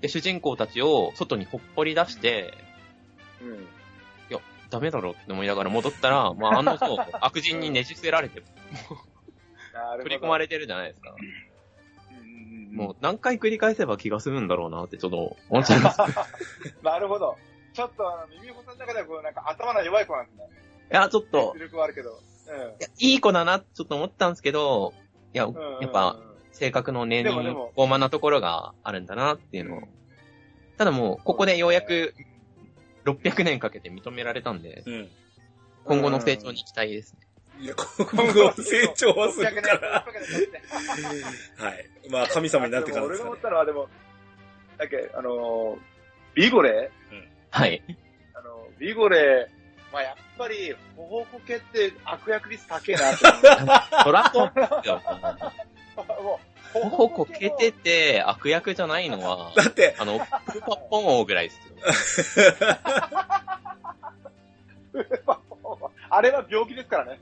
[SPEAKER 3] で、主人公たちを外にほっぽり出して、いや、ダメだろって思いながら戻ったら、まあ、そう、悪人にねじ伏せられて、振り込まれてるじゃないですか。もう何回繰り返せば気が済むんだろうなってちょっと思っちゃいます。
[SPEAKER 1] なるほど。ちょっと耳ほさんの中ではこうなんか頭の弱い子なんですね。
[SPEAKER 3] いや、ちょっと。
[SPEAKER 1] 実力はあるけど。
[SPEAKER 3] いい子だなってちょっと思ったんですけど、いや、やっぱ、性格の年々傲慢なところがあるんだなっていうのを。ただもう、ここでようやく600年かけて認められたんで、今後の成長に期待ですね。
[SPEAKER 2] いや、今後成長はするから。はい。まあ、神様になってからですかね。
[SPEAKER 1] 俺が思ったのはでも、だっけ、ビゴレ
[SPEAKER 3] はい。
[SPEAKER 1] ビゴレまあやっぱり、ほほこけって悪役率高えなって思う。
[SPEAKER 3] そらそうですよ。ほほこけてて悪役じゃないのは、
[SPEAKER 2] だって、
[SPEAKER 3] プルパッポン王ぐらいですよ。
[SPEAKER 1] あれは病気ですからね。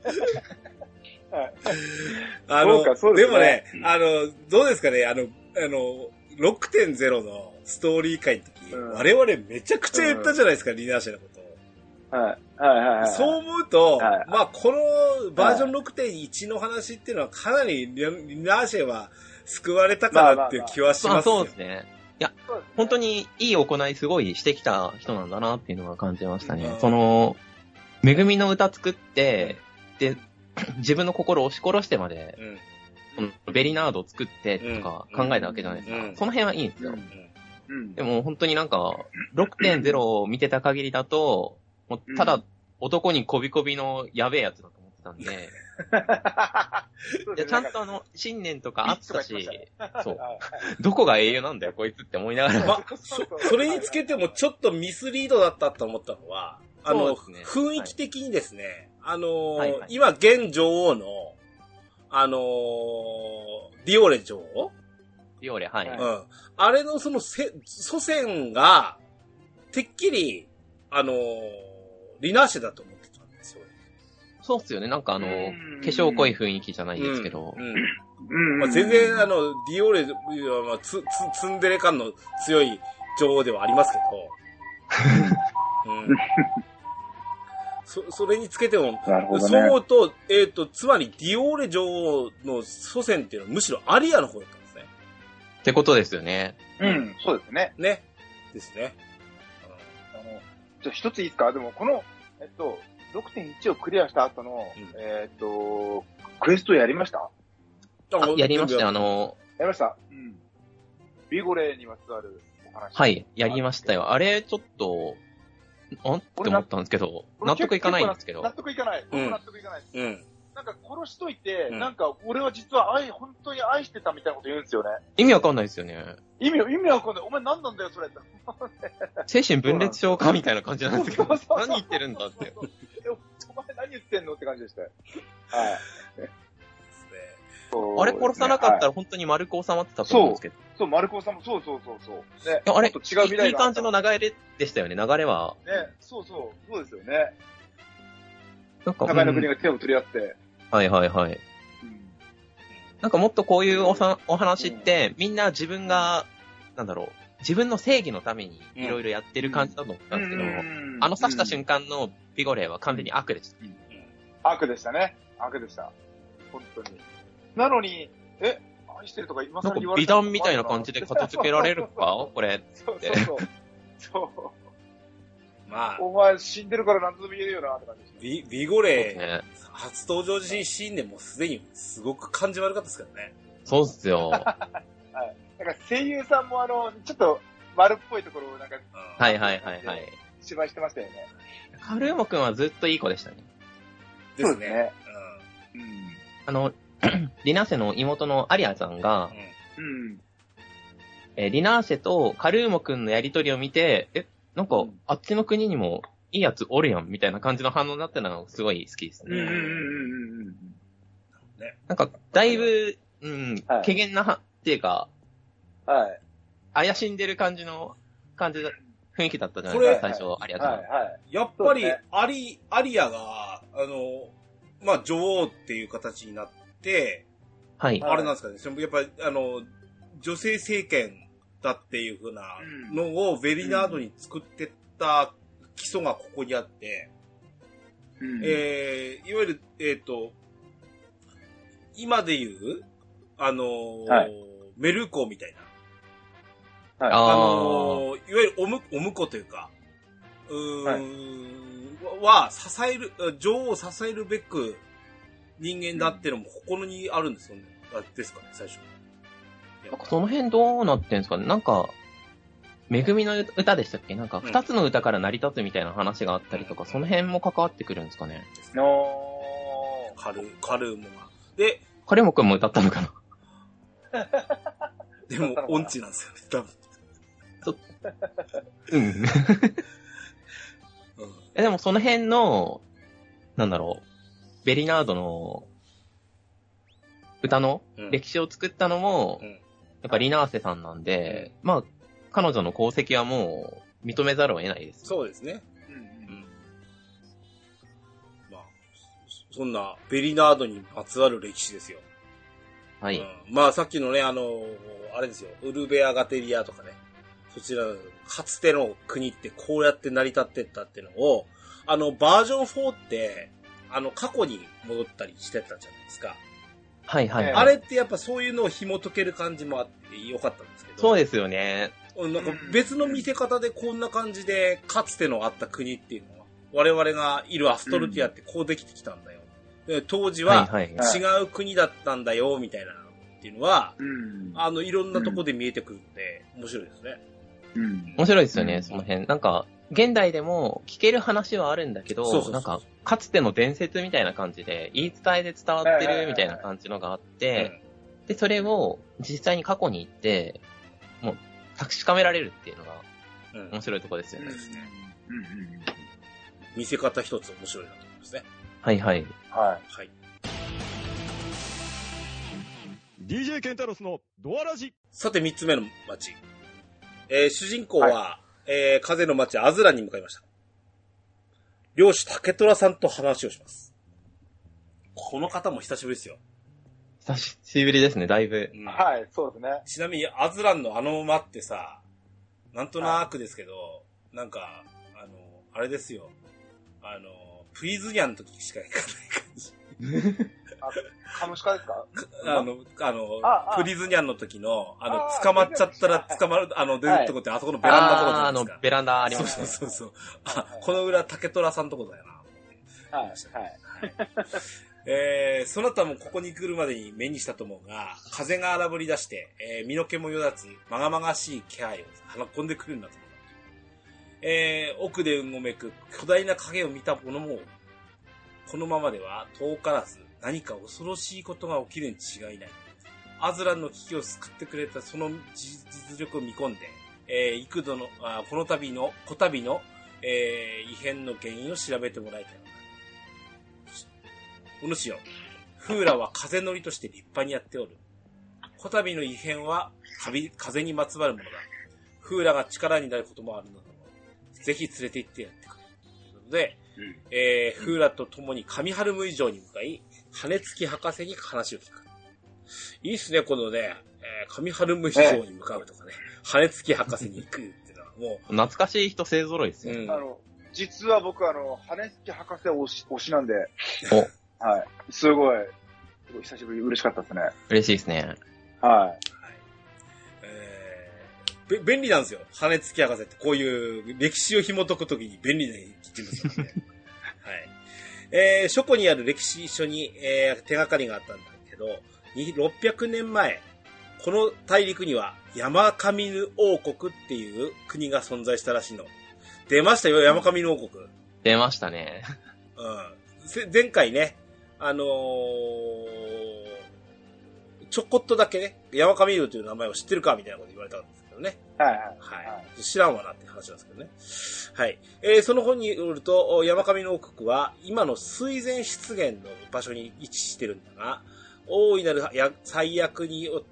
[SPEAKER 2] でもね、どうですかね、6.0 のストーリー回の時、我々めちゃくちゃ言ったじゃないですか、リナーシェのこと。そう思うと、まあ、このバージョン 6.1 の話っていうのはかなりリナーシェは救われたかなっていう気はしますよ。
[SPEAKER 3] そうですね。いや、本当にいい行いすごいしてきた人なんだなっていうのは感じましたね。恵みの歌作って、で、自分の心を押し殺してまで、ベリナードを作ってとか考えたわけじゃないですか。その辺はいいんですよ。でも本当になんか、6.0 を見てた限りだと、もうただ男にこびこびのやべえやつだと思ってたんで、でちゃんと信念とかあったし、そう。どこが英雄なんだよこいつって思いながら。まあ、
[SPEAKER 2] それにつけてもちょっとミスリードだったと思ったのは、雰囲気的にですね、今現女王の、ディオレ女王
[SPEAKER 3] ディオレ、はい。
[SPEAKER 2] あれのその祖先が、てっきり、リナーシェだと思ってたんですよ。
[SPEAKER 3] そうっすよね。なんか化粧濃い雰囲気じゃないですけど。
[SPEAKER 2] まあ、全然ディオレはツンデレ感の強い女王ではありますけど。それにつけても、そう思うと、つまりディオーレ女王の祖先っていうのはむしろアリアの方だったんですね。
[SPEAKER 3] ってことですよね。
[SPEAKER 1] そうですね。
[SPEAKER 2] ね。ですね。
[SPEAKER 1] じゃあ一ついいですか？でもこの、6.1 をクリアした後の、クエストやりました？
[SPEAKER 3] やりました。やり
[SPEAKER 1] ました。ビゴレにまつわるお話。
[SPEAKER 3] はい、やりましたよ。あれ、ちょっと、って思ったんですけど、納得いかないんですけど。
[SPEAKER 1] 納得いかない。納得いかないです。なんか殺しといて、なんか俺は実は本当に愛してたみたいなこと言うんですよね。
[SPEAKER 3] 意味わかんないですよね。
[SPEAKER 1] 意味わかんない。お前何なんだよ、それって。
[SPEAKER 3] 精神分裂症かみたいな感じなんですけど、何言ってるんだって。
[SPEAKER 1] お前何言ってんのって感じでしたよ。
[SPEAKER 3] あれ殺さなかったら本当に丸く収まってたと思うんですけど。
[SPEAKER 1] そう、丸く収まる。そう。
[SPEAKER 3] ね、あれ、違う未来いい感じの流れでしたよね、流れは。
[SPEAKER 1] ね、そうですよね。なんか、互いの国が手を取り合って。
[SPEAKER 3] はい。なんかもっとこういうお話って、みんな自分が、自分の正義のためにいろいろやってる感じだと思ったんですけど、刺した瞬間のビゴレーは完全に悪でした。
[SPEAKER 1] 悪でしたね。悪でした。本当に。なのに、愛してるとか今更言われて
[SPEAKER 3] 美談みたいな感じで片付けられるかこれって。
[SPEAKER 1] そう。
[SPEAKER 2] まあ。
[SPEAKER 1] お前死んでるから何とでも言えるよなって感じ
[SPEAKER 2] です。ビゴレー、初登場シーンでもすでにすごく感じ悪かったですからね。
[SPEAKER 3] そうっすよ。
[SPEAKER 1] はい。なんか声優さんもちょっと丸っぽいところをなんか、
[SPEAKER 3] はい。
[SPEAKER 1] 芝居してましたよね。
[SPEAKER 3] カルーモくんはずっといい子でしたね。
[SPEAKER 1] ですね。
[SPEAKER 3] リナーシェの妹のアリアさんが、リナーシェとカルーモくんのやりとりを見て、なんか、あっちの国にもいいやつおるやんみたいな感じの反応になったのがすごい好きですね。なんか、だいぶ、怪げなっていうか、怪しんでる感じの雰囲気だったじゃないですか、最初、アリアさん。
[SPEAKER 2] やっぱり、アリアが、まあ、女王っていう形になって、あれなんですかね、やっぱり、女性政権たっていう風なのをベリナードに作ってった基礎がここにあって、いわゆる、今で言う、メルコーみたいな。はい、いわゆるお婿というか、支える、女王を支えるべく人間だっていうのもここにあるんですよね。ですかね、最初。
[SPEAKER 3] なんかその辺どうなってんですかね。なんか、めぐみの歌でしたっけ？なんか二つの歌から成り立つみたいな話があったりとか、その辺も関わってくるんですかね。
[SPEAKER 2] カルーモが。で、
[SPEAKER 3] カルーモくんも歌ったのかな
[SPEAKER 2] でも、音痴なんですよね、多分。
[SPEAKER 3] でもその辺の、なんだろう、ベリナードの歌の歴史を作ったのも、やっぱリナーセさんなんで、まあ、彼女の功績はもう認めざるを得ないです。
[SPEAKER 2] そうですね。まあ、そんなベリナードにまつわる歴史ですよ。
[SPEAKER 3] はい。
[SPEAKER 2] まあさっきのね、あれですよ、ウルベアガテリアとかね、そちら、かつての国ってこうやって成り立ってったっていうのを、バージョン4って、過去に戻ったりしてたじゃないですか。
[SPEAKER 3] はいはい、はい。
[SPEAKER 2] あれってやっぱそういうのを紐解ける感じもあってよかったんですけど。
[SPEAKER 3] そうですよね。
[SPEAKER 2] なんか別の見せ方でこんな感じで、かつてのあった国っていうのは、我々がいるアストルティアってこうできてきたんだよ。で当時は違う国だったんだよ、みたいなっていうのは、いろんなとこで見えてくるんで、面白いですね。
[SPEAKER 3] 面白いですよね、その辺。なんか、現代でも聞ける話はあるんだけど、なんか、かつての伝説みたいな感じで、言い伝えで伝わってるみたいな感じのがあって、で、それを実際に過去に行って、もう、確かめられるっていうのが、面白いところですよね。
[SPEAKER 2] 見せ方一つ面白いなと思いますね。
[SPEAKER 3] はいはい。
[SPEAKER 1] はい。
[SPEAKER 4] DJ ケンタロスのドアラジ。
[SPEAKER 2] さて三つ目の街。主人公は、風の町アズランに向かいました。領主竹虎さんと話をします。この方も久しぶりですよ。
[SPEAKER 3] 久しぶりですね、だいぶ。
[SPEAKER 1] はい、そうですね。
[SPEAKER 2] ちなみにアズランの馬ってさ、なんとなくですけど、なんか、あれですよ。プリズニャンの時しか行かない感じ。
[SPEAKER 1] カムシカですか？
[SPEAKER 2] プリズニャンの時の、捕まっちゃったら捕まる、出るとこってあそこのベランダとこじゃないですか。
[SPEAKER 3] ベランダあります
[SPEAKER 2] ね。そう。この裏竹虎さんとこだよな。はい。その他もここに来るまでに目にしたと思うが、風が荒ぶり出して、身の毛もよだつ、まがまがしい気配を運んでくるんだと思う。奥でうごめく巨大な影を見たものも、このままでは遠からず何か恐ろしいことが起きるに違いない。アズランの危機を救ってくれたその実力を見込んで、幾度のこの度の異変の原因を調べてもらいたいのだ。お主よ、フーラは風乗りとして立派にやっておる。こたびの異変は風にまつわるものだ。フーラが力になることもあるのだろう。ぜひ連れて行ってやってくれ。ということで、フーラと共に上春夢以上に向かい、羽月博士に話を聞く。いいっすね、このね、上春夢以上に向かうとかね、羽月博士に行くっていうのはもう。
[SPEAKER 3] 懐かしい人勢揃いですよ。
[SPEAKER 1] 実は僕羽月博士推しなんで、はい。すごい久しぶり嬉しかったですね。
[SPEAKER 3] 嬉しいですね。
[SPEAKER 1] はい。
[SPEAKER 2] 便利なんですよ。羽月博士ってこういう歴史を紐解くときに便利な人物なんで。はい。書庫にある歴史書に、手がかりがあったんだけど、600年前、この大陸には山上ぬ王国っていう国が存在したらしいの。出ましたよ、山上ぬ王国。
[SPEAKER 3] 出ましたね。
[SPEAKER 2] 前回ね、ちょこっとだけね、山上ぬという名前を知ってるかみたいなこと言われたんですけどね。はい。知らんわなって話なんですけどね。はい。その本によると、山上の王国は今の水前湿原の場所に位置してるんだが、大いなる災厄によって、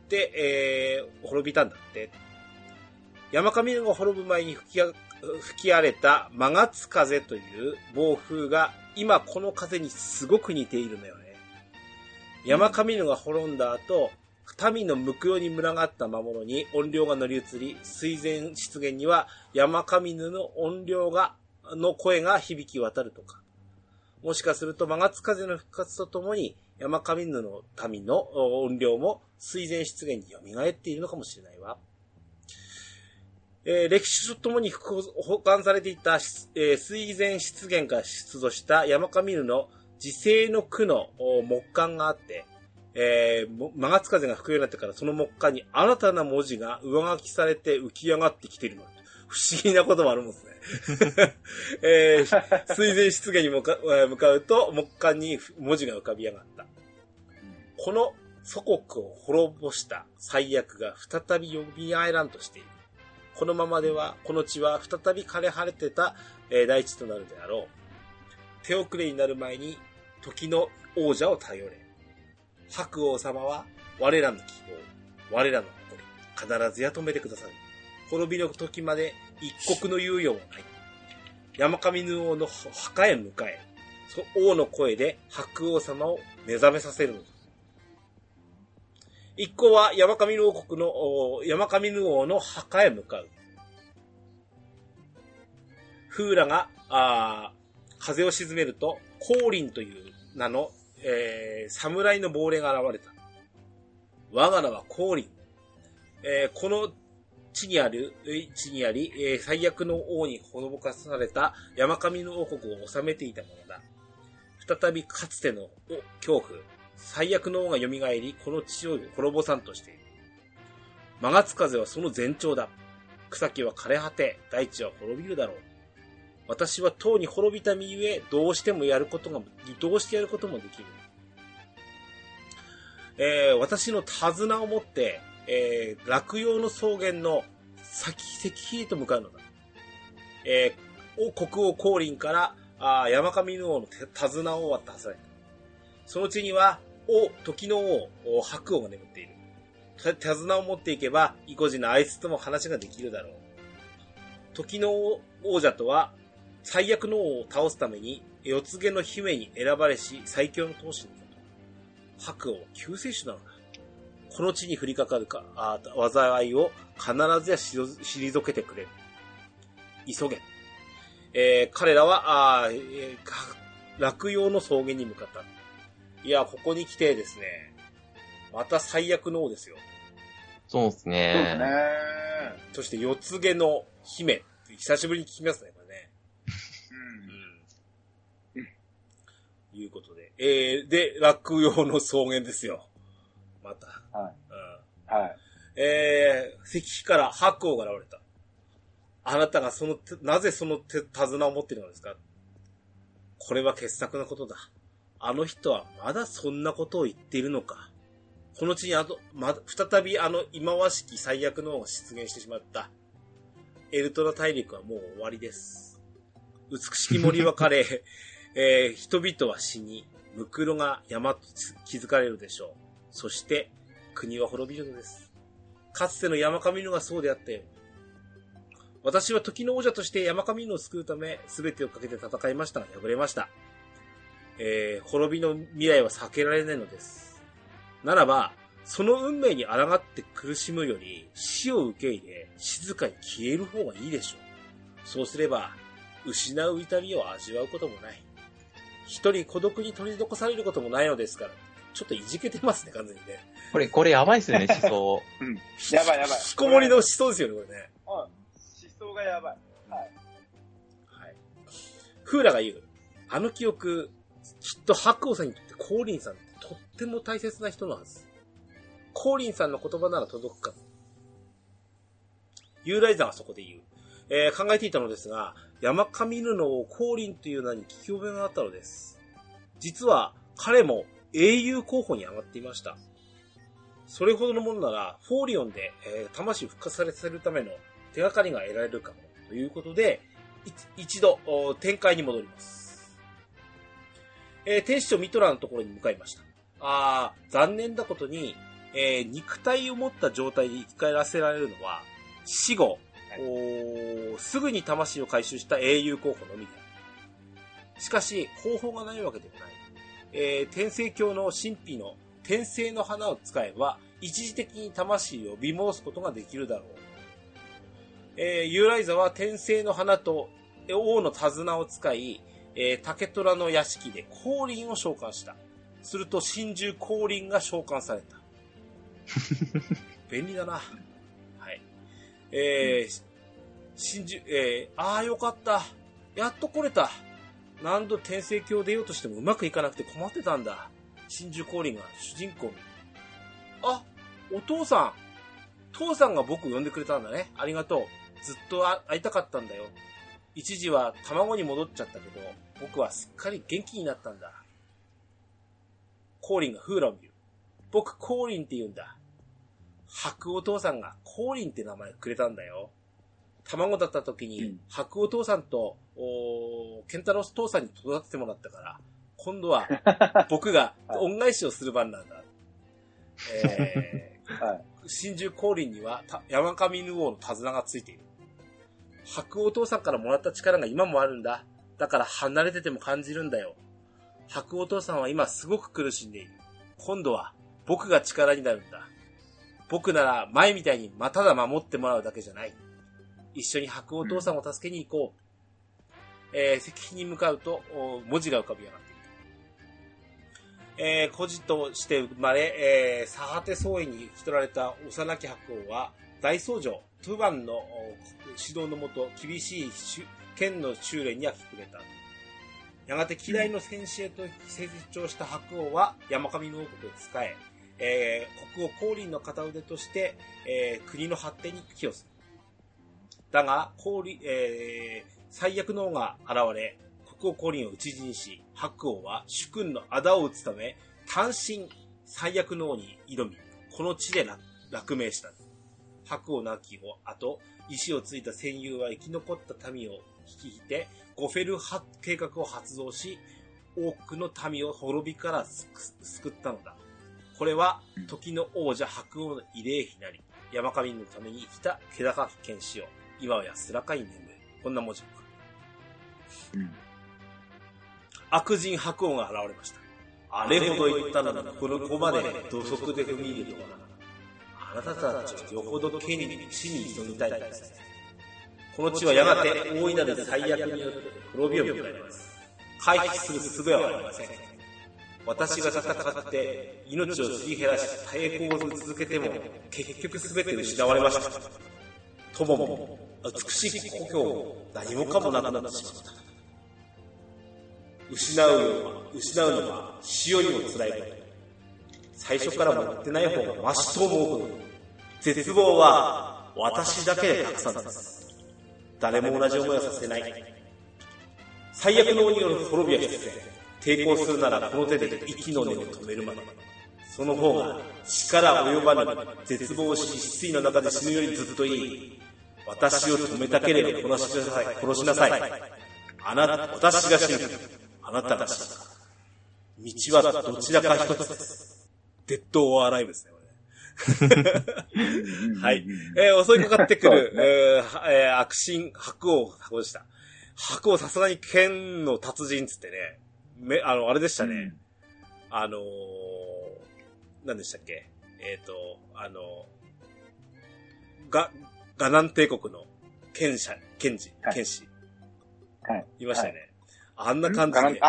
[SPEAKER 2] 滅びたんだって。山上が滅ぶ前に吹き荒れた真夏風という暴風が今この風にすごく似ているのよね。山上が滅んだ後、 民のムクロに群がった魔物に怨霊が乗り移り、水前湿原には山上ぬの怨霊の声が響き渡るとか。もしかすると、マガツ風の復活とともに、山上ぬの民の怨霊も水前湿原に蘇っているのかもしれないわ。歴史書とともに保管されていた、水前湿原から出土した山上ぬの自生の句の木簡があって、マガツ風が吹くようになってからその木簡に新たな文字が上書きされて浮き上がってきているの。不思議なこともあるもんですね。水前湿原に向かうと木簡に文字が浮かび上がった。この祖国を滅ぼした災厄が再び蘇らんとしている。このままでは、この地は再び枯れ果てた、大地となるであろう。手遅れになる前に、時の王者を頼れ。白王様は、我らの希望、我らの誇り、必ずや止めてください。滅びの時まで一刻の猶予もない。山上ぬ王の墓へ迎え、王の声で白王様を目覚めさせるのだ。一行は山上ぬ王国の山上ぬ王の墓へ向かう。フーラが風を鎮めると、降臨という名の、侍の亡霊が現れた。我が名は降臨。この地にあり、最悪の王に滅ぼかされた山上の王国を治めていたものだ。再びかつての恐怖、最悪の王が蘇り、この地を滅ぼさんとしている。マガツ風はその前兆だ。草木は枯れ果て、大地は滅びるだろう。私はとうに滅びた身ゆえ、どうしてやることもできる。私の手綱を持って、落葉の草原の石碑へと向かうのだ。国王降臨から山上ぬ王の手綱を渡された。その地には時の王、白王が眠っている。手綱を持っていけば、意固地のあいつとも話ができるだろう。時の王者とは、最悪の王を倒すために、世継げの姫に選ばれし最強の闘士のこと。白王は救世主なのだ。この地に降りかかる災いを必ずや退けてくれる。急げ。彼らは、落葉の草原に向かった。いや、ここに来てですね、また最悪の王ですよ。
[SPEAKER 3] そうですね。そうですね。
[SPEAKER 2] そして世継げの姫。久しぶりに聞きますね、これね。いうことで。で、落葉の草原ですよ。また。はい。はい。石碑から白王が現れた。あなたがなぜその手綱を持っているのですか？これは傑作なことだ。あの人はまだそんなことを言っているのか。この地に再び忌まわしき最悪の王が出現してしまった。エルトラ大陸はもう終わりです。美しき森は枯れ、人々は死に、ムクロが山と築かれるでしょう。そして、国は滅びるのです。かつての山上ぬがそうであったよ。私は時の王者として山上ぬを救うため、すべてをかけて戦いましたが、敗れました。滅びの未来は避けられないのです。ならば、その運命に抗って苦しむより、死を受け入れ、静かに消える方がいいでしょう。そうすれば、失う痛みを味わうこともない。一人孤独に取り残されることもないのですから、ちょっといじけてますね、完全にね。
[SPEAKER 3] これやばいっすよね、思想。
[SPEAKER 1] うん。やばい。引
[SPEAKER 2] きこもりの思想ですよね、これね。
[SPEAKER 1] うん。思想がやばい。はい。
[SPEAKER 2] はい。フーラが言う。あの記憶、きっと白王さんにとってコーリンさんってとっても大切な人のはず。コーリンさんの言葉なら届くかも。ユーライザーはそこで言う。考えていたのですが、山上ぬのコーリンという名に聞き覚えがあったのです。実は彼も英雄候補に上がっていました。それほどのものなら、フォーリオンで、魂を復活させるための手がかりが得られるかも。ということで、一度、展開に戻ります。天使長ミトラのところに向かいました。残念なことに、肉体を持った状態で生き返らせられるのは、死後、すぐに魂を回収した英雄候補のみである。しかし、方法がないわけではない。天聖教の神秘の天聖の花を使えば、 一時的に魂を微戻すことができるだろう。ユーライザは天聖の花と王の手綱を使い、竹虎の屋敷で降臨を召喚した。すると神獣降臨が召喚された。便利だな。はい。神獣、よかった。やっと来れた。何度天聖教出ようとしてもうまくいかなくて困ってたんだ。神獣降臨が主人公に。あ、お父さん。父さんが僕を呼んでくれたんだね。ありがとう。ずっと会いたかったんだよ。一時は卵に戻っちゃったけど、僕はすっかり元気になったんだ。コーリンがフーラを見る。僕、コーリンって言うんだ。白お父さんがコーリンって名前くれたんだよ。卵だった時に、白お父さんと、ケンタロス父さんに育ててもらったから、今度は僕が恩返しをする番なんだ。はい、神獣降臨には山上ヌ王の手綱がついている。白お父さんからもらった力が今もあるんだ。だから離れてても感じるんだよ。白お父さんは今すごく苦しんでいる。今度は僕が力になるんだ。僕なら前みたいにただ守ってもらうだけじゃない。一緒に白お父さんを助けに行こう。石碑に向かうと文字が浮かび上がっている。孤児として生まれ、サハテ総医に引き取られた幼き白王は大僧正トゥバンの指導のもと厳しい剣の修練に明け暮れた。やがて希代の戦士へと成長した白王は山上の王国を仕え、国王降臨の片腕として、国の発展に寄与する。だが、最悪の王が現れ、国王降臨を討ち死にし、白王は主君の仇を討つため、単身最悪の王に挑み、この地で落命した。白王亡き後、意志をついた戦友は生き残った民を率いて、ゴフェル計画を発動し、多くの民を滅びから救ったのだ。これは、時の王者白王の慰霊碑なり、山上のために生きた気高き剣士よ。今は安らかに眠る。こんな文字。悪人白王が現れました。あれほど言ったのに、ここまで土足で踏み入るとは。あなたたちはよほど死に挑みたいです。この地はやがて大いなる最悪によって滅びを迎えます。回避する術はありません。私が戦って命をすり減らし抵抗を続けても結局全て失われました。友も美しき故郷も何もかもなくなってしまった。失うのは死よりも辛いこと。最初から持ってない方がマシと思うほど。絶望は私だけでたくさんです。誰も同じ思いをさせない。最悪の鬼による滅びは必然。抵抗するならこの手で息の根を止めるまで。その方が力及ばぬ絶望し失意の中で死ぬよりずっといい。私を止めたければ殺しなさい。私が死ぬ。あなたが死ぬ。道はどちらか一つです。デッド・オア・アライブですね。はい。襲いかかってくる、悪神白王でした。白王さすがに剣の達人つってね、あれでしたね。何でしたっけ？ガナン帝国の剣士。いましたね。はい、あんな感じで。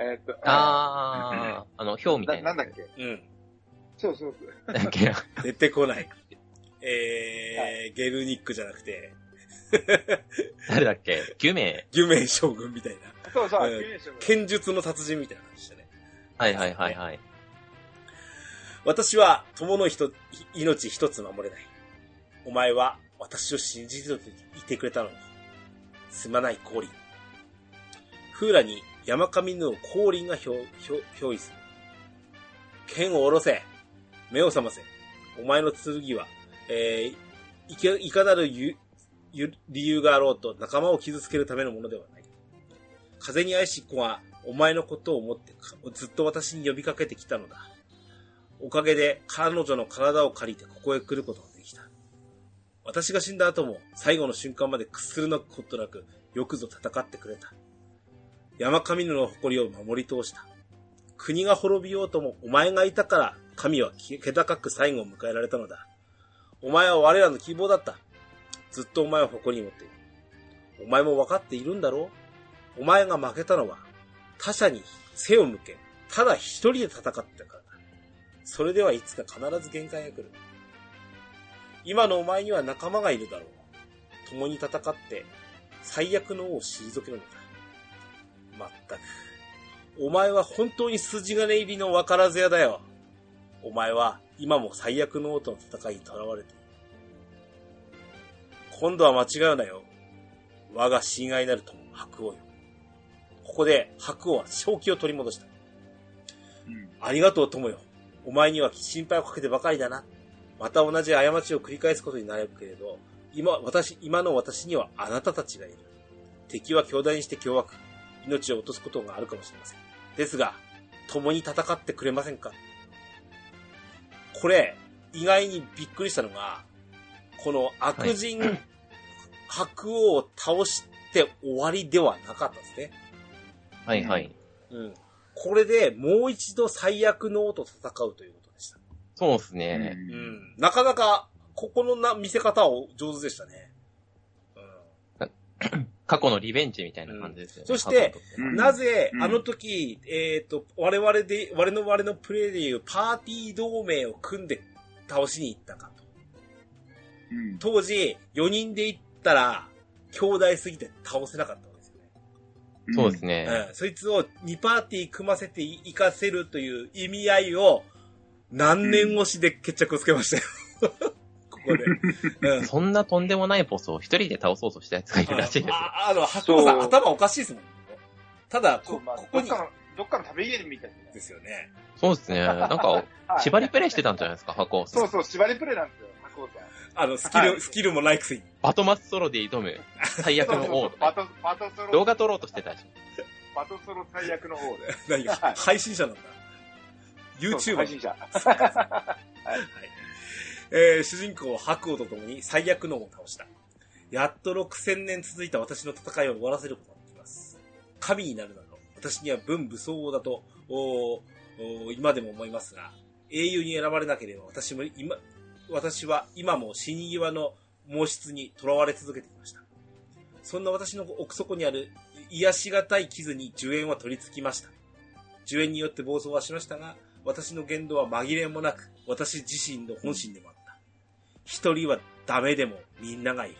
[SPEAKER 3] ヒョウみたいな。
[SPEAKER 1] なんだっけ？
[SPEAKER 3] うん。
[SPEAKER 1] そう。
[SPEAKER 2] 出てこない。ゲルニックじゃなくて。
[SPEAKER 3] 誰だっけ？ギュメ
[SPEAKER 2] イ将軍みたいな。
[SPEAKER 1] そう、
[SPEAKER 2] 剣術の達人みたいな感じでしたね。
[SPEAKER 3] はい。
[SPEAKER 2] 私は友の命一つ守れない。お前は私を信じていてくれたのに。すまない降臨。フーラに山上の降臨が憑依する。剣を下ろせ。目を覚ませ。お前の剣は、いかなる理由があろうと仲間を傷つけるためのものではない。風に愛し子はお前のことを思ってずっと私に呼びかけてきたのだ。おかげで彼女の体を借りてここへ来ることができた。私が死んだ後も最後の瞬間まで屈することなくよくぞ戦ってくれた。山上の誇りを守り通した。国が滅びようともお前がいたから神は気高く最後を迎えられたのだ。お前は我らの希望だった。ずっとお前を誇りに持っている。お前も分かっているんだろう。お前が負けたのは、他者に背を向け、ただ一人で戦ったからだ。それではいつか必ず限界が来る。今のお前には仲間がいるだろう。共に戦って、最悪の王を退けるのだ。まったく。お前は本当に筋金入りの分からず屋だよ。お前は今も最悪の王との戦いに囚われている。今度は間違うなよ。我が親愛なる友、白王よ。ここで白王は正気を取り戻した。ありがとう友よ。お前には心配をかけてばかりだな。また同じ過ちを繰り返すことになるけれど、今の私にはあなたたちがいる。敵は強大にして凶悪。命を落とすことがあるかもしれません。ですが、共に戦ってくれませんか？これ、意外にびっくりしたのが、この悪人、白王を倒して終わりではなかったですね。
[SPEAKER 3] はいはい。
[SPEAKER 2] うん。これでもう一度最悪の王と戦うということでした。
[SPEAKER 3] そうですね。
[SPEAKER 2] うん。なかなか、ここの見せ方を上手でしたね。
[SPEAKER 3] 過去のリベンジみたいな感じですよね。
[SPEAKER 2] そして、なぜ、あの時、我々のプレイでいうパーティー同盟を組んで倒しに行ったかと。当時、4人で行ったら、強大すぎて倒せなかったわけですよね。
[SPEAKER 3] そうですね。
[SPEAKER 2] そいつを2パーティー組ませて行かせるという意味合いを、何年越しで決着をつけましたよ。ここで。
[SPEAKER 3] そんなとんでもないボスを一人で倒そうとしたやつがいるらしいですよ。
[SPEAKER 2] 白王さん頭おかしいですもん。ただ、ここに。
[SPEAKER 1] どっかの食べゲームみたい
[SPEAKER 2] ですよね。
[SPEAKER 3] そうですね。なんか、縛りプレイしてたんじゃないですか、白王さん。
[SPEAKER 1] そうそう、縛りプレイなんですよ、白王さ
[SPEAKER 2] ん。スキルもないくせに。
[SPEAKER 3] バトマスソロで挑む最悪の王。
[SPEAKER 1] バトソロ。
[SPEAKER 3] 動画撮ろうとしてたし。
[SPEAKER 1] バトソロ最悪の王で。
[SPEAKER 2] 何が配信者なんだ。YouTuber。
[SPEAKER 1] 配信者。
[SPEAKER 2] はい。主人公白王と共に最悪の王を倒した。やっと6000年続いた私の戦いを終わらせることができます。神になるなど、私には文武相応だと、今でも思いますが、英雄に選ばれなければ私は今も死に際の毛質に囚われ続けていました。そんな私の奥底にある癒しがたい傷に呪怨は取り付きました。呪怨によって暴走はしましたが、私の言動は紛れもなく、私自身の本心でもあった。一人はダメでもみんながいる。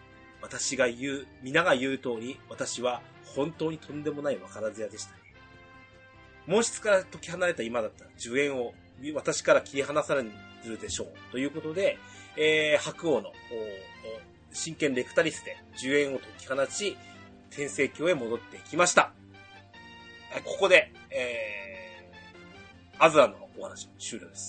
[SPEAKER 2] 皆が言う通り、私は本当にとんでもない分からず屋でしたね。毛質から解き放れた今だったら呪怨を私から切り離されるでしょう。ということで、白王の真剣レクタリスで呪怨を解き放ち、天聖教へ戻っていきました。ここで、アズラのお話終了です。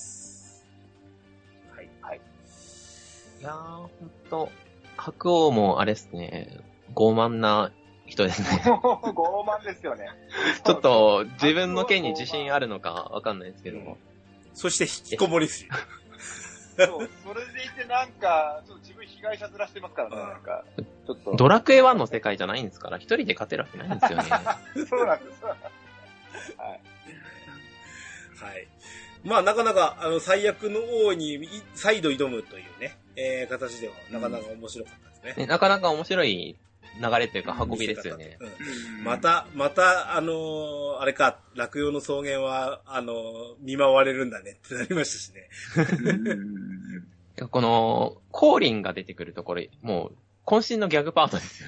[SPEAKER 2] はい。はい。
[SPEAKER 3] いやー、ほんと、白王もあれですね、傲慢な人ですね。
[SPEAKER 1] 傲慢ですよね。
[SPEAKER 3] ちょっと、自分の剣に自信あるのかわかんないですけども。
[SPEAKER 2] そして引きこもりし。
[SPEAKER 1] そう、それでいてなんか、ちょっと自分被害者面してますからね、なんか。ちょっと。
[SPEAKER 3] ドラクエ1の世界じゃないんですから、一人で勝てるわけないんですよね。
[SPEAKER 1] そうなんです。はい。
[SPEAKER 2] はい。まあ、なかなか、最悪の王に再度挑むというね、形では、なかなか面白かったですね。
[SPEAKER 3] なかなか面白い流れというか、運びですよね。
[SPEAKER 2] また、あれか、落葉の草原は、見舞われるんだねってなりましたし
[SPEAKER 3] ね。この、コーリンが出てくるところ、もう、渾身のギャグパートですよ。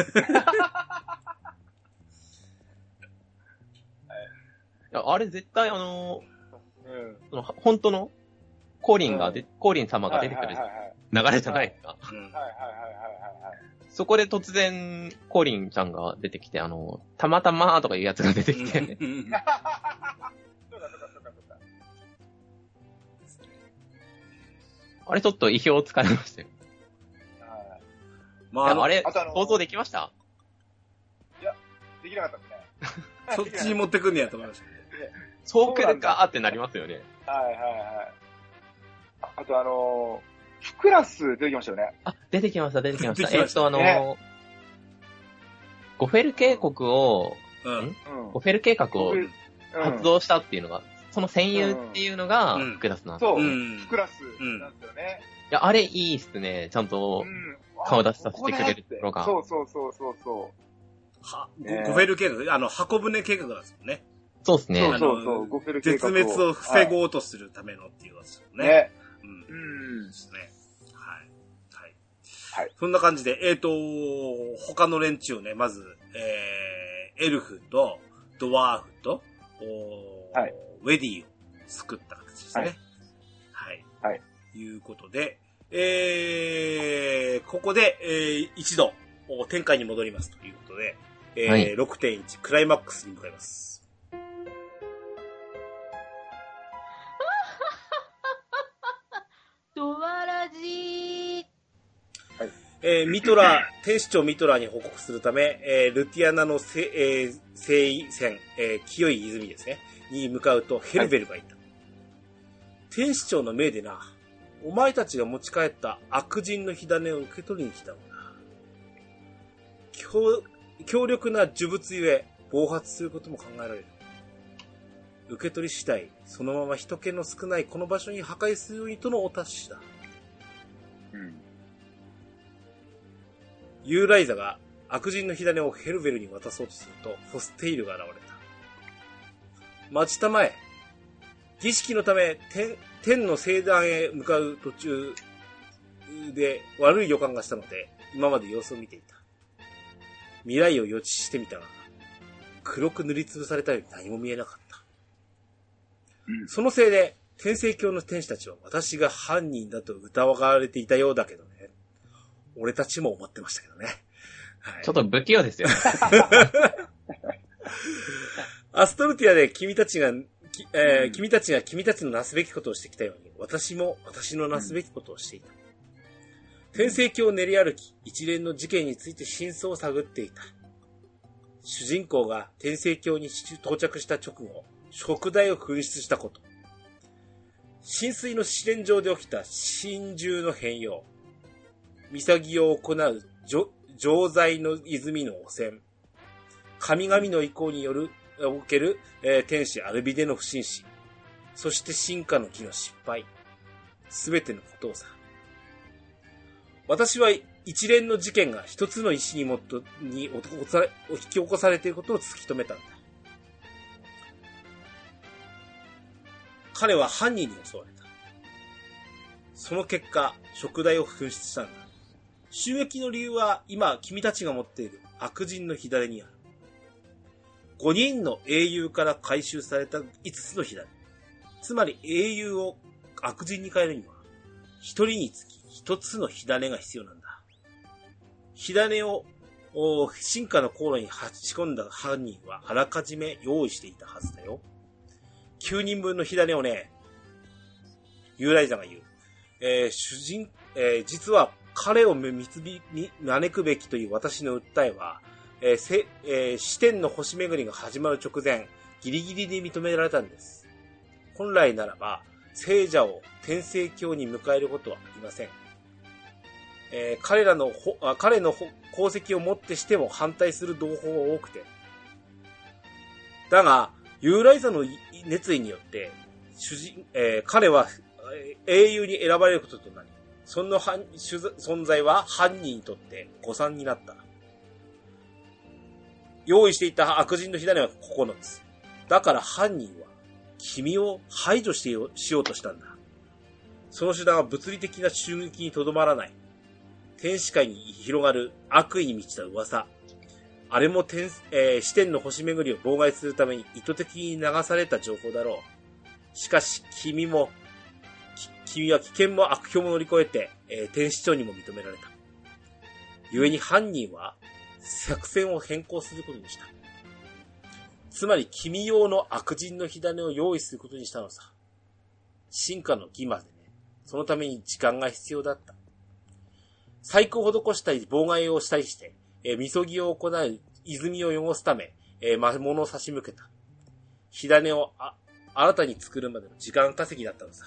[SPEAKER 3] あれ絶対本当のコーリン様が出てくる流れじゃないですか。そこで突然、コーリンちゃんが出てきて、たまたまとかいうやつが出てきて。あれちょっと意表をつかれましたよ。まあ、あれ、想像できました？
[SPEAKER 1] いや、できなかったですね。
[SPEAKER 2] そっちに持ってくんねやと思いました。
[SPEAKER 3] そうくるかーってなりますよね。
[SPEAKER 1] はいはいはい。あとフクラス出てきましたよね。
[SPEAKER 3] あ、出てきました。ゴフェル渓谷を、ゴフェル計画を発動したっていうのがその戦友っていうのが、福ラスなん
[SPEAKER 1] ですよ。そう、福ラスなんですよね。
[SPEAKER 3] いや、あれいいっすね。ちゃんと、顔出しさせてくれるところが。
[SPEAKER 1] そう。
[SPEAKER 2] ゴフェル計画、箱舟計画なんですよね。
[SPEAKER 3] そうですね。
[SPEAKER 1] そう、ゴフェル計画。
[SPEAKER 2] 絶滅を防ごうとするためのっていうやつですよね。ですね。はい。そんな感じで、他の連中をね、まず、エルフと、ドワーフと、ウェディを救った形ですね。はい。いうことで、ここで、一度、展開に戻りますということで、6.1 クライマックスに向かいます。
[SPEAKER 5] ドワラジー。
[SPEAKER 2] ミトラ、天使長ミトラに報告するため、ルティアナの聖戦、清い泉ですね、に向かうとヘルベルがいた。天使長の命でな、お前たちが持ち帰った悪人の火種を受け取りに来たのだ。強力な呪物ゆえ、暴発することも考えられる。受け取り次第、そのまま人気の少ないこの場所に破壊するようにとのお達しだ。ユーライザが悪人の火種をヘルベルに渡そうとすると、フォステイルが現れた。待ちたまえ。儀式のため、天の聖壇へ向かう途中で悪い予感がしたので、今まで様子を見ていた。未来を予知してみたが、黒く塗りつぶされたように何も見えなかった。そのせいで、天聖教の天使たちは私が犯人だと疑われていたようだけどね。俺たちも思ってましたけどね。
[SPEAKER 3] はい、ちょっと不器用ですよ。
[SPEAKER 2] アストルティアで君たちが君たちのなすべきことをしてきたように、私も私のなすべきことをしていた。天聖教を練り歩き、一連の事件について真相を探っていた。主人公が天聖教に到着した直後、食材を紛失したこと。浸水の試練場で起きた真珠の変容。潔を行う錠剤の泉の汚染。神々の意向によるおける、天使アルビデの不審死。そして進化の木の失敗。すべてのことをさ。私は一連の事件が一つの石に引き起こされていることを突き止めたんだ。彼は犯人に襲われた。その結果、食材を紛失したんだ。襲撃の理由は今君たちが持っている悪人の火種にある。5人の英雄から回収された5つの火種。つまり英雄を悪人に変えるには、1人につき1つの火種が必要なんだ。火種を進化の航路にはち込んだ犯人はあらかじめ用意していたはずだよ。9人分の火種をね、ユーライザが言う。実は彼を招くべきという私の訴えは、視点の星巡りが始まる直前、ギリギリで認められたんです。本来ならば、聖者を天聖教に迎えることはありません。彼の功績をもってしても反対する同胞が多くて。だが、ユーライザの熱意によって、彼は英雄に選ばれることとなり、その存在は犯人にとって誤算になった。用意していた悪人の火種は9つ。だから犯人は君を排除しようとしたんだ。その手段は物理的な襲撃にとどまらない。天使界に広がる悪意に満ちた噂。あれも視点の星巡りを妨害するために意図的に流された情報だろう。しかし君は危険も悪評も乗り越えて、天使長にも認められた。故に犯人は作戦を変更することにした。つまり君用の悪人の火種を用意することにしたのさ。進化の儀までね。そのために時間が必要だった。細工を施したり妨害をしたりして、みそぎを行う泉を汚すため、魔物を差し向けた。火種を新たに作るまでの時間稼ぎだったのさ。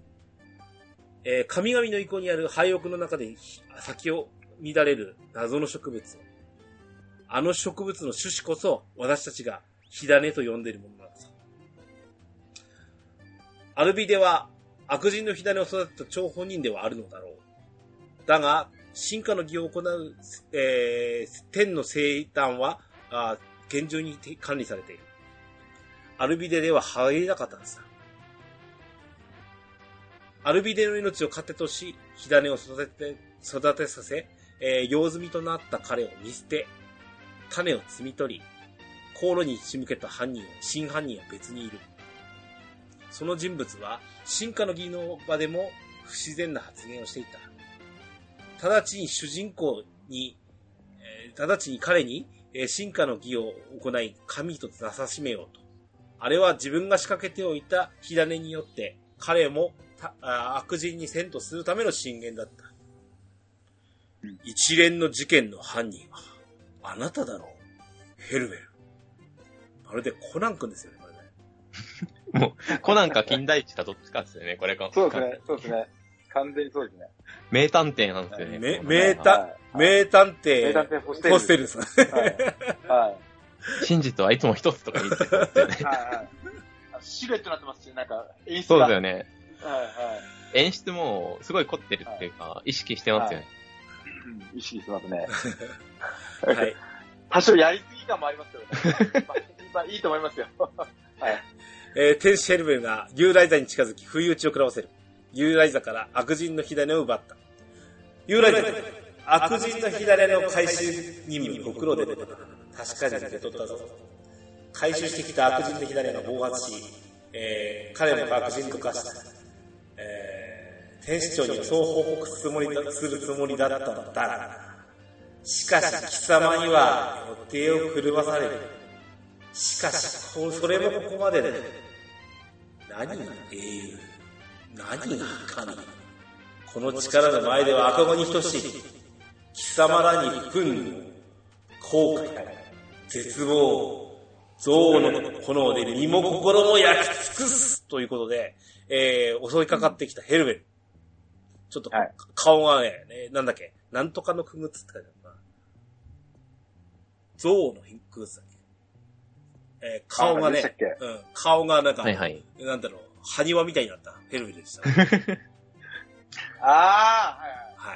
[SPEAKER 2] 神々の意向にある廃屋の中で咲きを乱れる謎の植物を。あの植物の種子こそ私たちが火種と呼んでいるものなんだ。 アルビデは悪人の火種を育てた張本人ではあるのだろう。だが、進化の儀を行う、天の生誕は厳重に管理されている。アルビデでは入れなかったはずだ。アルビデの命を糧とし、火種を育てさせ、用済みとなった彼を見捨て、種を摘み取り、航路に仕向けた真犯人は別にいる。その人物は、進化の儀の場でも不自然な発言をしていた。直ちに彼に、進化の儀を行い、神となさしめようと。あれは自分が仕掛けておいた火種によって、彼も悪人にせんとするための進言だった。一連の事件の犯人は、あなただろう、ヘルベル。まるでコナン君ですよね、これ
[SPEAKER 3] ね。もう、コナンか金田一かどっちかですよね、これか。
[SPEAKER 1] そうですね。完全にそうですね。
[SPEAKER 3] 名探偵なんですよね。
[SPEAKER 2] 名探偵ホステルさん。
[SPEAKER 1] はい。
[SPEAKER 3] 真実はいつも一つとか言ってたんですよね。
[SPEAKER 1] シルエットになってますし、なんか演出
[SPEAKER 3] が。そうだよね。
[SPEAKER 1] はい。
[SPEAKER 3] 演出もすごい凝ってるっていうか、意識してますよね。
[SPEAKER 1] 意識してますね。
[SPEAKER 2] はい。
[SPEAKER 1] 多少やりすぎ感もありますけどね。まあいいと思いますよ。はい。
[SPEAKER 2] 天使ヘルベルがユーライザに近づき、不意打ちを食らわせる。ユーライザから悪人の火種を奪った。ユーライザ、悪人の火種の回収任務にご苦労で出た。確かに受け取ったぞ。回収してきた悪人の火種が暴発し、彼も悪人と化した。天使長にはそう報告するつもりだったのだが、しかし貴様には予定を狂わされる。しかし、それもここまでだ。何が英雄、何が神。この力の前では赤子に等しい。貴様らに憤怒、後悔、絶望、憎悪の炎で身も心も焼き尽くすということで、襲いかかってきたヘルベル。ちょっと、顔がね、なんだっけ、なんとかの傀儡って書いてあるな。象の傀儡だっけ。顔がね、顔がなんか、なんだろう、埴輪みたいになったヘルベルでした、ね。はい。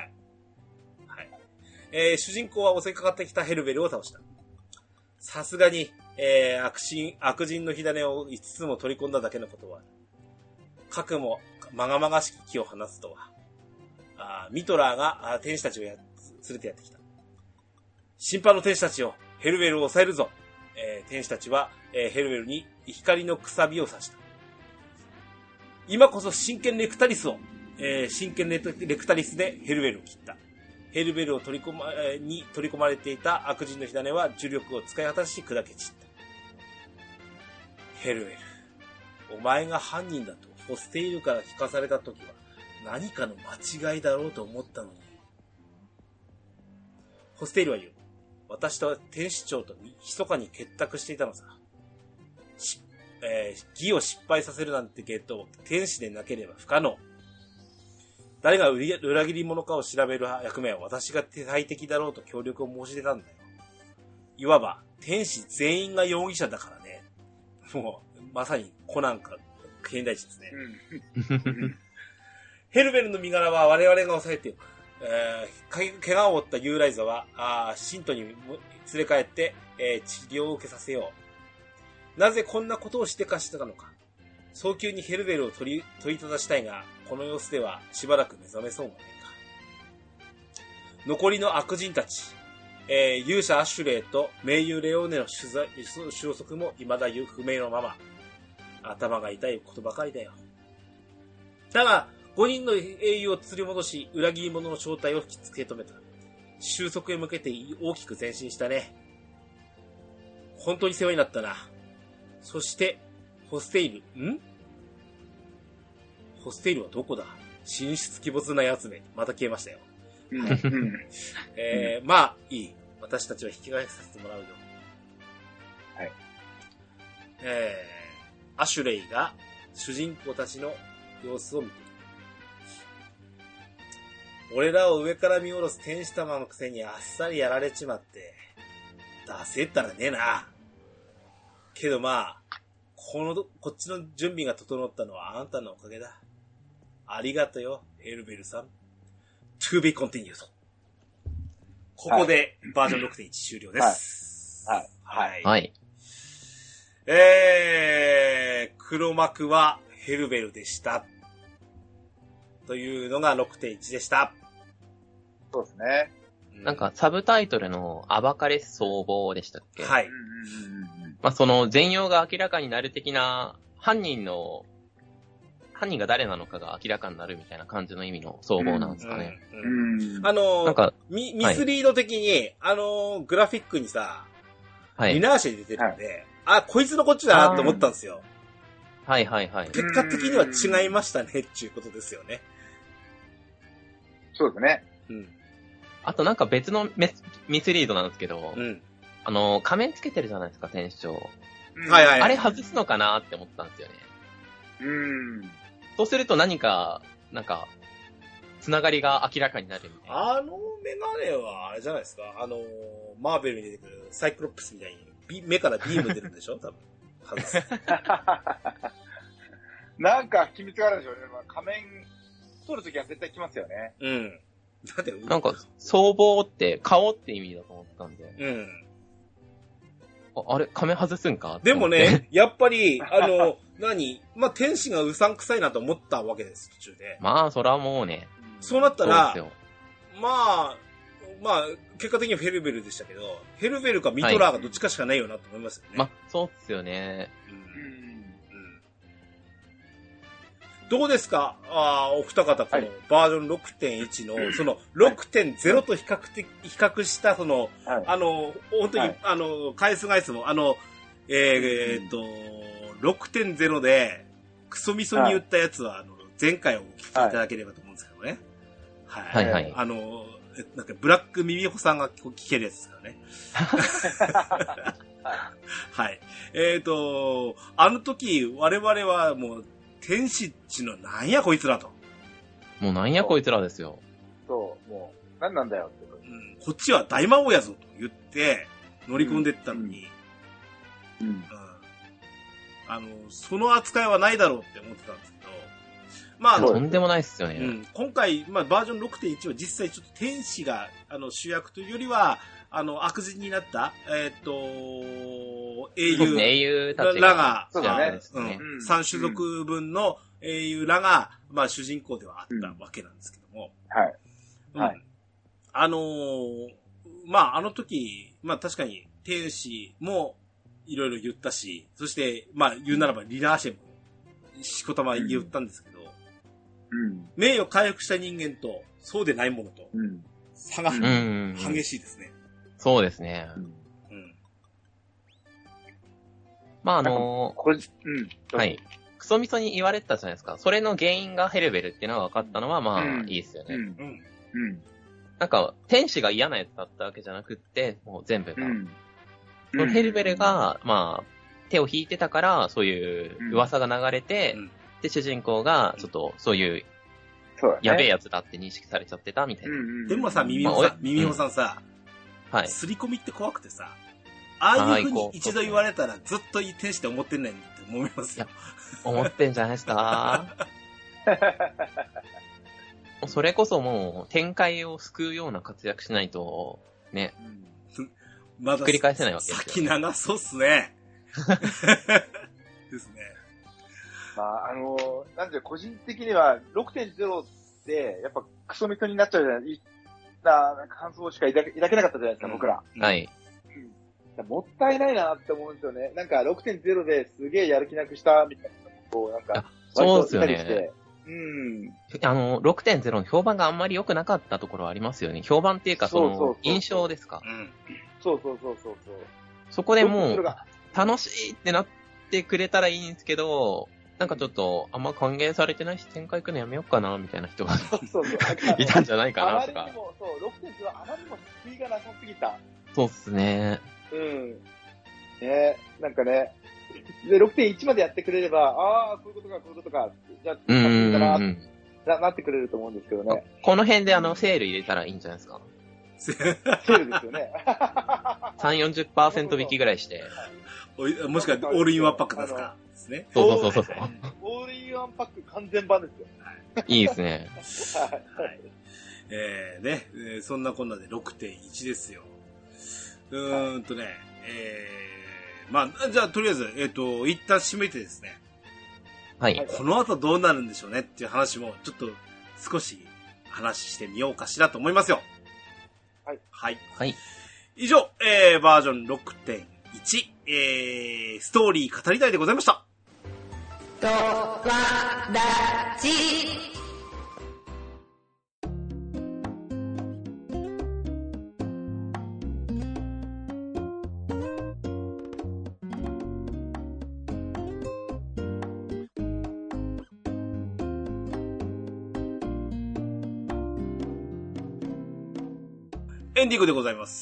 [SPEAKER 2] 主人公は襲いかかってきたヘルベルを倒した。さすがに、悪人の火種を5つも取り込んだだけのことは、核もまがまがしき気を放つとは、ミトラーが天使たちを連れてやってきた。審判の天使たちをヘルベルを抑えるぞ。天使たちは、ヘルベルに光のくさびを刺した。今こそ真剣レクタリスでヘルベルを切った。ヘルベルに取り込まれていた悪人の火種は重力を使い果たし砕け散った。ヘルベル、お前が犯人だとホステイルから聞かされたときは何かの間違いだろうと思ったのに。ホステイルは言う。私と天使長と密かに結託していたのさ。義を失敗させるなんてけど、天使でなければ不可能。誰が裏切り者かを調べる役目は私が最適だろうと協力を申し出たんだよ。いわば、天使全員が容疑者だからね。もう、まさにコナンか、現代人ですね。ヘルベルの身柄は我々が抑えている。怪我を負ったユーライザは、信徒に連れ帰って、治療を受けさせよう。なぜこんなことをしてかしたのか。早急にヘルベルを取り正したいが、この様子ではしばらく目覚めそうもないか。残りの悪人たち、勇者アシュレイと盟友レオーネの消息も未だ不明のまま。頭が痛いことばかりだよ。だが、5人の英雄を釣り戻し、裏切り者の正体を引きつけ止めた。収束へ向けて大きく前進したね。本当に世話になったな。そして、ホステイル、ホステイルはどこだ？神出鬼没な奴め。また消えましたよ。まあ、いい。私たちは引き返させてもらうよ。
[SPEAKER 1] はい。
[SPEAKER 2] アシュレイが主人公たちの様子を見ている。俺らを上から見下ろす天使玉のくせにあっさりやられちまって、出せったらねえな。けどまあ、 こっちの準備が整ったのはあなたのおかげだ。ありがとうよ、ヘルベルさん。To be continued. ここでバージョン 6.1 終了です。
[SPEAKER 1] はい。はい。
[SPEAKER 3] はい。
[SPEAKER 2] 黒幕はヘルベルでした。というのが 6.1 でした。
[SPEAKER 1] そうですね。
[SPEAKER 3] なんか、サブタイトルの暴かれ総合でしたっけ？
[SPEAKER 2] はい。
[SPEAKER 3] まあ、その全容が明らかになる的な、犯人が誰なのかが明らかになるみたいな感じの意味の総合なんですかね。
[SPEAKER 2] なんか、ミスリード的に、グラフィックにさ、
[SPEAKER 3] はい、
[SPEAKER 2] リナーシェで出てるんで、あ、こいつのこっちだなって思ったんですよ。
[SPEAKER 3] はいはいはい。
[SPEAKER 2] 結果的には違いましたねっていうことですよね。
[SPEAKER 1] そうですね。
[SPEAKER 2] うん。
[SPEAKER 3] あとなんか別のミスリードなんですけど、仮面つけてるじゃないですか、天使長。
[SPEAKER 2] はいはい。
[SPEAKER 3] あれ外すのかなって思ったんですよね。そうすると何か、なんか、つながりが明らかになるみたいな。
[SPEAKER 2] あのメガネは、あれじゃないですか。マーベルに出てくるサイクロプスみたいに、目からビーム出るんでしょ多分。外す。
[SPEAKER 1] なんか秘密があるんでしょうね。仮面取るときは絶対来ますよね。
[SPEAKER 2] うん。だって
[SPEAKER 3] なんか、僧帽って顔って意味だと思ったんで。
[SPEAKER 2] うん。
[SPEAKER 3] あれ仮面外すんか
[SPEAKER 2] でもね、やっぱり、まあ、天使がうさんくさいなと思ったわけです、途中で。
[SPEAKER 3] まあ、それはもうね。
[SPEAKER 2] そうなったら、まあ、結果的にはヘルベルでしたけど、ヘルベルかミトラーがどっちかしかないよなと思いますよね。
[SPEAKER 3] まあ、そうっすよね。
[SPEAKER 2] どうですかお二方、このバージョン 6.1 の、その 6.0 と比較した、その、本当に、回数も、6.0 で、クソミソに言ったやつは、前回をお聞きいただければと思うんですけどね。はい。
[SPEAKER 3] はいはい。
[SPEAKER 2] なんか、ブラックミミホさんが聞けるやつですからね。はい。あの時、我々はもう、天使っちのなんやこいつらと。
[SPEAKER 3] もうなんやこいつらですよ。
[SPEAKER 1] そう、もう、なんなんだよって。
[SPEAKER 2] こっちは大魔王やぞと言って、乗り込んでったのに、その扱いはないだろうって思ってたんですけど、まあ、
[SPEAKER 3] とんでもないっすよね。
[SPEAKER 2] 今回、まあ、バージョン 6.1 は実際ちょっと天使が、主役というよりは、悪人になった、英
[SPEAKER 3] 雄たち
[SPEAKER 2] らが、
[SPEAKER 3] 3
[SPEAKER 2] 種族分の英雄らが、まあ主人公ではあったわけなんですけども。
[SPEAKER 1] はい。
[SPEAKER 2] まああの時、まあ確かに天使もいろいろ言ったし、そして、まあ言うならばリナーシェもしこたま言ったんですけど、名誉回復した人間とそうでないものと、差が激しいですね。
[SPEAKER 3] そうですね。まあはい。クソミソに言われてたじゃないですか。それの原因がヘルベルっていうのが分かったのは、まあ、いいですよね。なんか、天使が嫌なやつだったわけじゃなくって、もう全部が。そのヘルベルが、まあ、手を引いてたから、そういう噂が流れて、で、主人公が、ちょっと、そういう、やべえやつだって認識されちゃってたみたいな。
[SPEAKER 2] でもさ、ミミホさんさ、すり込みって怖くてさ、ああいう風に一度言われたらずっと天使って思ってんねんって思いますよ。
[SPEAKER 3] 思ってんじゃないですか。それこそもう展開を救うような活躍しないと、ね。
[SPEAKER 2] まだ
[SPEAKER 3] 繰り返せないわけですよ。
[SPEAKER 2] 先長そうっすね。ですね。
[SPEAKER 1] まあ、なんで個人的には 6.0 ってやっぱクソミソになっちゃうじゃないですか。なんか感想しか抱けなかったじゃないですか、僕ら。
[SPEAKER 3] はい。
[SPEAKER 1] もったいないなって思うんですよね。なんか 6.0 ですげえやる気なくしたみたいなこうなんか
[SPEAKER 3] そうですよね。6.0 の評判があんまり良くなかったところはありますよね。評判っていうかその印象ですか。
[SPEAKER 1] そう。
[SPEAKER 3] そこでもう楽しいってなってくれたらいいんですけど、なんかちょっとあんま歓迎されてないし展開行くのやめようかなみたいな人がいたんじゃないかなとか。
[SPEAKER 1] あまりにもそう 6.0 はあまりにも救いがなさすぎた。
[SPEAKER 3] そうっすね。
[SPEAKER 1] なんかね、で、6.1 までやってくれれば、こういうことか、じゃあ、なってくれると思うんですけどね。
[SPEAKER 3] この辺でセール入れたらいいんじゃないですか。
[SPEAKER 1] セールですよね。
[SPEAKER 3] 3、40% 引きぐらいして。
[SPEAKER 2] もしくはオールインワンパックですかですね。
[SPEAKER 3] そう。
[SPEAKER 1] オールインワンパック完全版ですよ。
[SPEAKER 3] いいですね。
[SPEAKER 2] はい。そんなこんなで 6.1 ですよ。まあ、じゃあ、とりあえず、一旦締めてですね。
[SPEAKER 3] はい。
[SPEAKER 2] この後どうなるんでしょうねっていう話も、ちょっと、少し話してみようかしらと思いますよ。
[SPEAKER 1] はい。
[SPEAKER 2] はい。
[SPEAKER 3] はい。
[SPEAKER 2] 以上、バージョン 6.1、ストーリー語りたいでございました。
[SPEAKER 5] ドワラジ
[SPEAKER 2] エンディングでございます。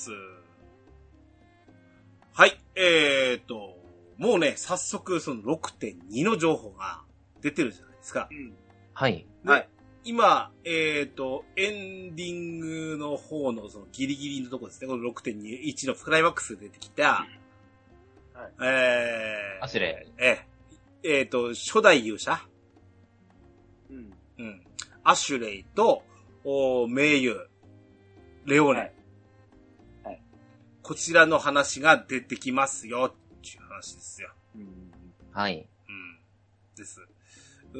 [SPEAKER 2] はい、もうね、早速その 6.2 の情報が出てるじゃないですか。
[SPEAKER 1] うん。
[SPEAKER 3] はい。
[SPEAKER 2] はい。今、エンディングの方のそのギリギリのところですね。この 6.21 のクライマックスで出てきた、
[SPEAKER 1] はい。
[SPEAKER 3] アシュレ
[SPEAKER 2] イ。初代勇者。
[SPEAKER 1] うん。
[SPEAKER 2] うん。アシュレイと、名優、レオーネ。
[SPEAKER 1] はい。はい。
[SPEAKER 2] こちらの話が出てきますよ、っていう話ですよ。
[SPEAKER 1] うん。
[SPEAKER 3] はい。
[SPEAKER 2] うん。です。バ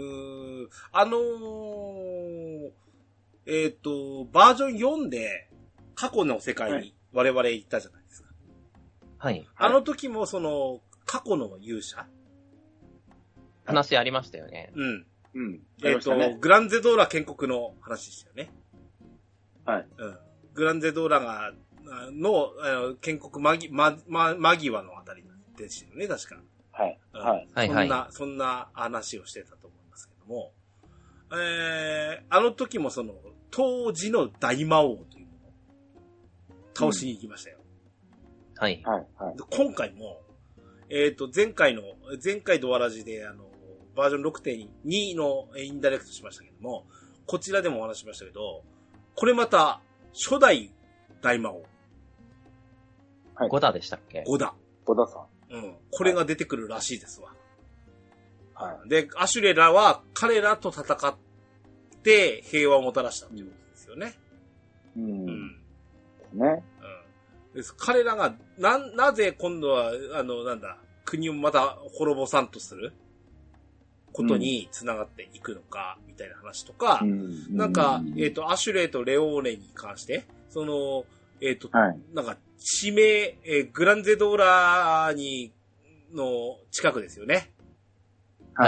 [SPEAKER 2] ージョン4で過去の世界に我々行ったじゃないですか。
[SPEAKER 3] はい。
[SPEAKER 2] あの時もその過去の勇者
[SPEAKER 3] 話ありましたよね。
[SPEAKER 2] うん。
[SPEAKER 1] うん。
[SPEAKER 2] グランゼドーラ建国の話でしたよね。
[SPEAKER 1] はい。
[SPEAKER 2] うん。グランゼドーラが、建国間際のあたりでしたよね、確か。
[SPEAKER 1] はい。
[SPEAKER 3] はい。
[SPEAKER 2] そんな話をしてたと思いますけども、あの時もその、当時の大魔王というのを倒しに行きましたよ。
[SPEAKER 3] はい。
[SPEAKER 1] はい。
[SPEAKER 2] 今回も、前回ドアラジでバージョン 6.2 のインダイレクトしましたけども、こちらでもお話ししましたけど、これまた、初代大魔王。
[SPEAKER 3] はい。ゴダでしたっけ？
[SPEAKER 2] ゴダ
[SPEAKER 1] さん。
[SPEAKER 2] うん。これが出てくるらしいですわ。
[SPEAKER 1] はい。
[SPEAKER 2] で、アシュレラは彼らと戦って平和をもたらしたということですよね。
[SPEAKER 1] うん。
[SPEAKER 2] うん。
[SPEAKER 1] ね。
[SPEAKER 2] うん。です。彼らが、なぜ今度は、国をまた滅ぼさんとすることに繋がっていくのか、みたいな話とか、なんか、アシュレイとレオーネに関して、その、
[SPEAKER 1] はい、
[SPEAKER 2] なんか、地名、グランゼドーラの近くですよね。
[SPEAKER 3] はい。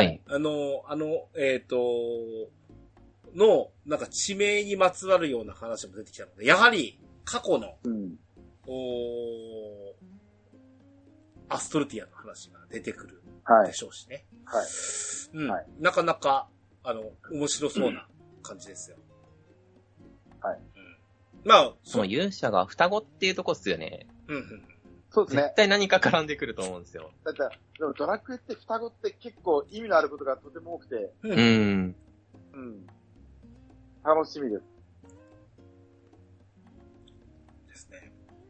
[SPEAKER 2] なんか地名にまつわるような話も出てきたので、やはり、過去の、アストルティアの話が出てくるでしょうしね。
[SPEAKER 1] はい。
[SPEAKER 2] うん。はい、なかなか、面白そうな感じですよ。
[SPEAKER 1] はい。
[SPEAKER 2] うん。まあ、
[SPEAKER 3] その勇者が双子っていうとこっすよね。
[SPEAKER 1] うん。そうですね。
[SPEAKER 3] 絶対何か絡んでくると思うんですよ。
[SPEAKER 1] だって、でもドラクエって双子って結構意味のあることがとても多くて。
[SPEAKER 3] うん。
[SPEAKER 1] 楽しみです。
[SPEAKER 2] ですね。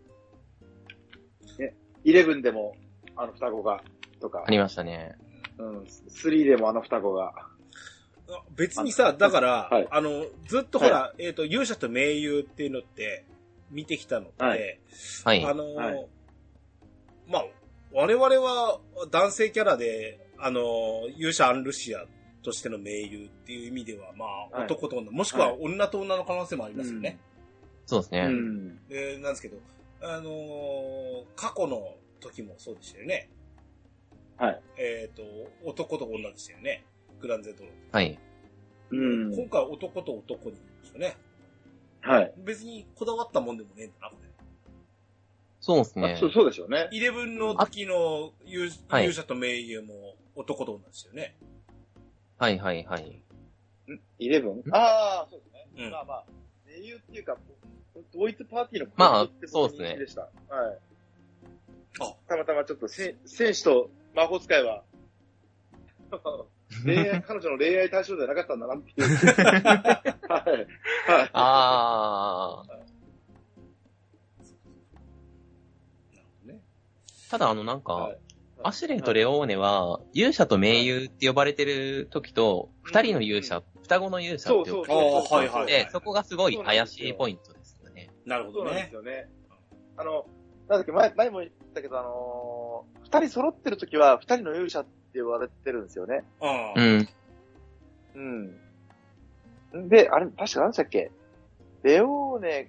[SPEAKER 1] 11でも、双子が、とか。
[SPEAKER 3] ありましたね。
[SPEAKER 1] 3でも双子が。
[SPEAKER 2] 別にさ、だから、
[SPEAKER 1] はい、
[SPEAKER 2] ずっとほら、勇者と盟友っていうのって、見てきたのって、
[SPEAKER 3] はい。
[SPEAKER 2] まあ、我々は男性キャラで、勇者アンルシアとしての盟友っていう意味では、まあ、男と女、もしくは女と女の可能性もありますよね。
[SPEAKER 3] そうですね。
[SPEAKER 2] なんですけど、過去の時もそうでしたよね。
[SPEAKER 1] はい。
[SPEAKER 2] 男と女でしたよね。グランゼドロ。
[SPEAKER 3] はい。
[SPEAKER 2] 今回男と男になりましたね。
[SPEAKER 1] はい。
[SPEAKER 2] 別にこだわったもんでもねえんだな、これ。
[SPEAKER 3] そうですね。
[SPEAKER 1] そうでしょうね。
[SPEAKER 2] 11の時の勇者と盟友も男と女ですよね。
[SPEAKER 3] はい。
[SPEAKER 1] 11? そうですね。まあ、盟友っていうか、同一パーティーの
[SPEAKER 3] まあ、そうですね。
[SPEAKER 1] でした。はい。たまたまちょっと戦士と魔法使いは、彼女の恋愛対象じゃなかったんだなっていう。はい。
[SPEAKER 3] ああ。ただなんか、 アシュレイとレオーネは、勇者と盟友って呼ばれてる時と、二人の勇者、双子の勇者って呼ばれてて、そこがすごい怪しいポイントですよね。
[SPEAKER 2] なるほどね。
[SPEAKER 1] そうなんですよね。なんだっけ、前も言ったけど、二人揃ってる時は、二人の勇者って呼ばれてるんですよね。
[SPEAKER 3] うん。
[SPEAKER 1] うん。で、あれ、確か何でしたっけ？レオーネ、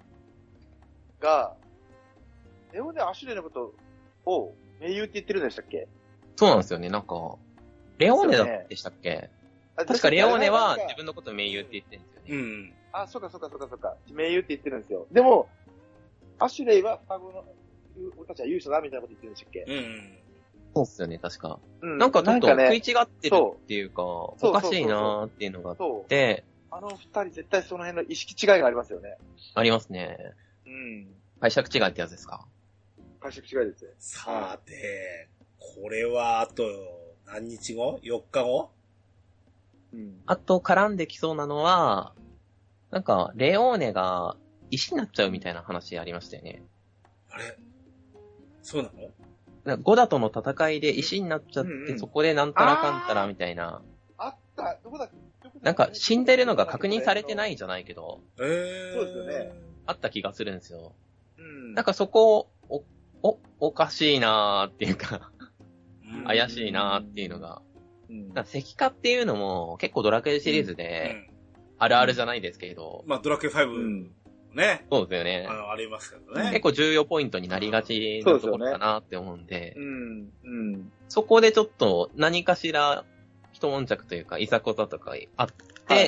[SPEAKER 1] アシュレイのことを、盟友って言ってるんでしたっけ？
[SPEAKER 3] そうなんですよね。なんか、レオーネだってしたっけ？確かレオーネは自分のことを盟友って言ってるんですよね。うん。
[SPEAKER 1] あ、そうか。盟友って言ってるんですよ。でも、アシュレイは双子の、俺たちは勇者だみたいなこと言ってるんでしたっけ？うん。
[SPEAKER 3] そうっすよね、確か。なんかちょっと食い違ってるっていうか、おかしいなーっていうのがあって、
[SPEAKER 1] あの二人絶対その辺の意識違いがありますよね。
[SPEAKER 3] ありますね。うん。解釈違いってやつですか？
[SPEAKER 1] 解釈違いですよ。
[SPEAKER 2] さて、これはあと何日後 ?4 日後？
[SPEAKER 3] うん。あと絡んできそうなのは、なんか、レオーネが石になっちゃうみたいな話ありましたよね。
[SPEAKER 2] あれ？そうなの？
[SPEAKER 3] ゴダとの戦いで石になっちゃって、そこでなんたらかんたらみたいな。
[SPEAKER 1] あった。どこだっけ？
[SPEAKER 3] なんか死んでるのが確認されてないじゃないけど。
[SPEAKER 1] そうですよね。
[SPEAKER 3] あった気がするんですよ。なんかそこおかしいなーっていうか怪しいなーっていうのが。石化っていうのも結構ドラクエシリーズであるあるじゃないですけど。
[SPEAKER 2] まあドラクエ5ね。
[SPEAKER 3] そうですよね。
[SPEAKER 2] ありますけどね。
[SPEAKER 3] 結構重要ポイントになりがちなところかなって思うんで。そこでちょっと何かしら一悶着というかいざこざとかあって、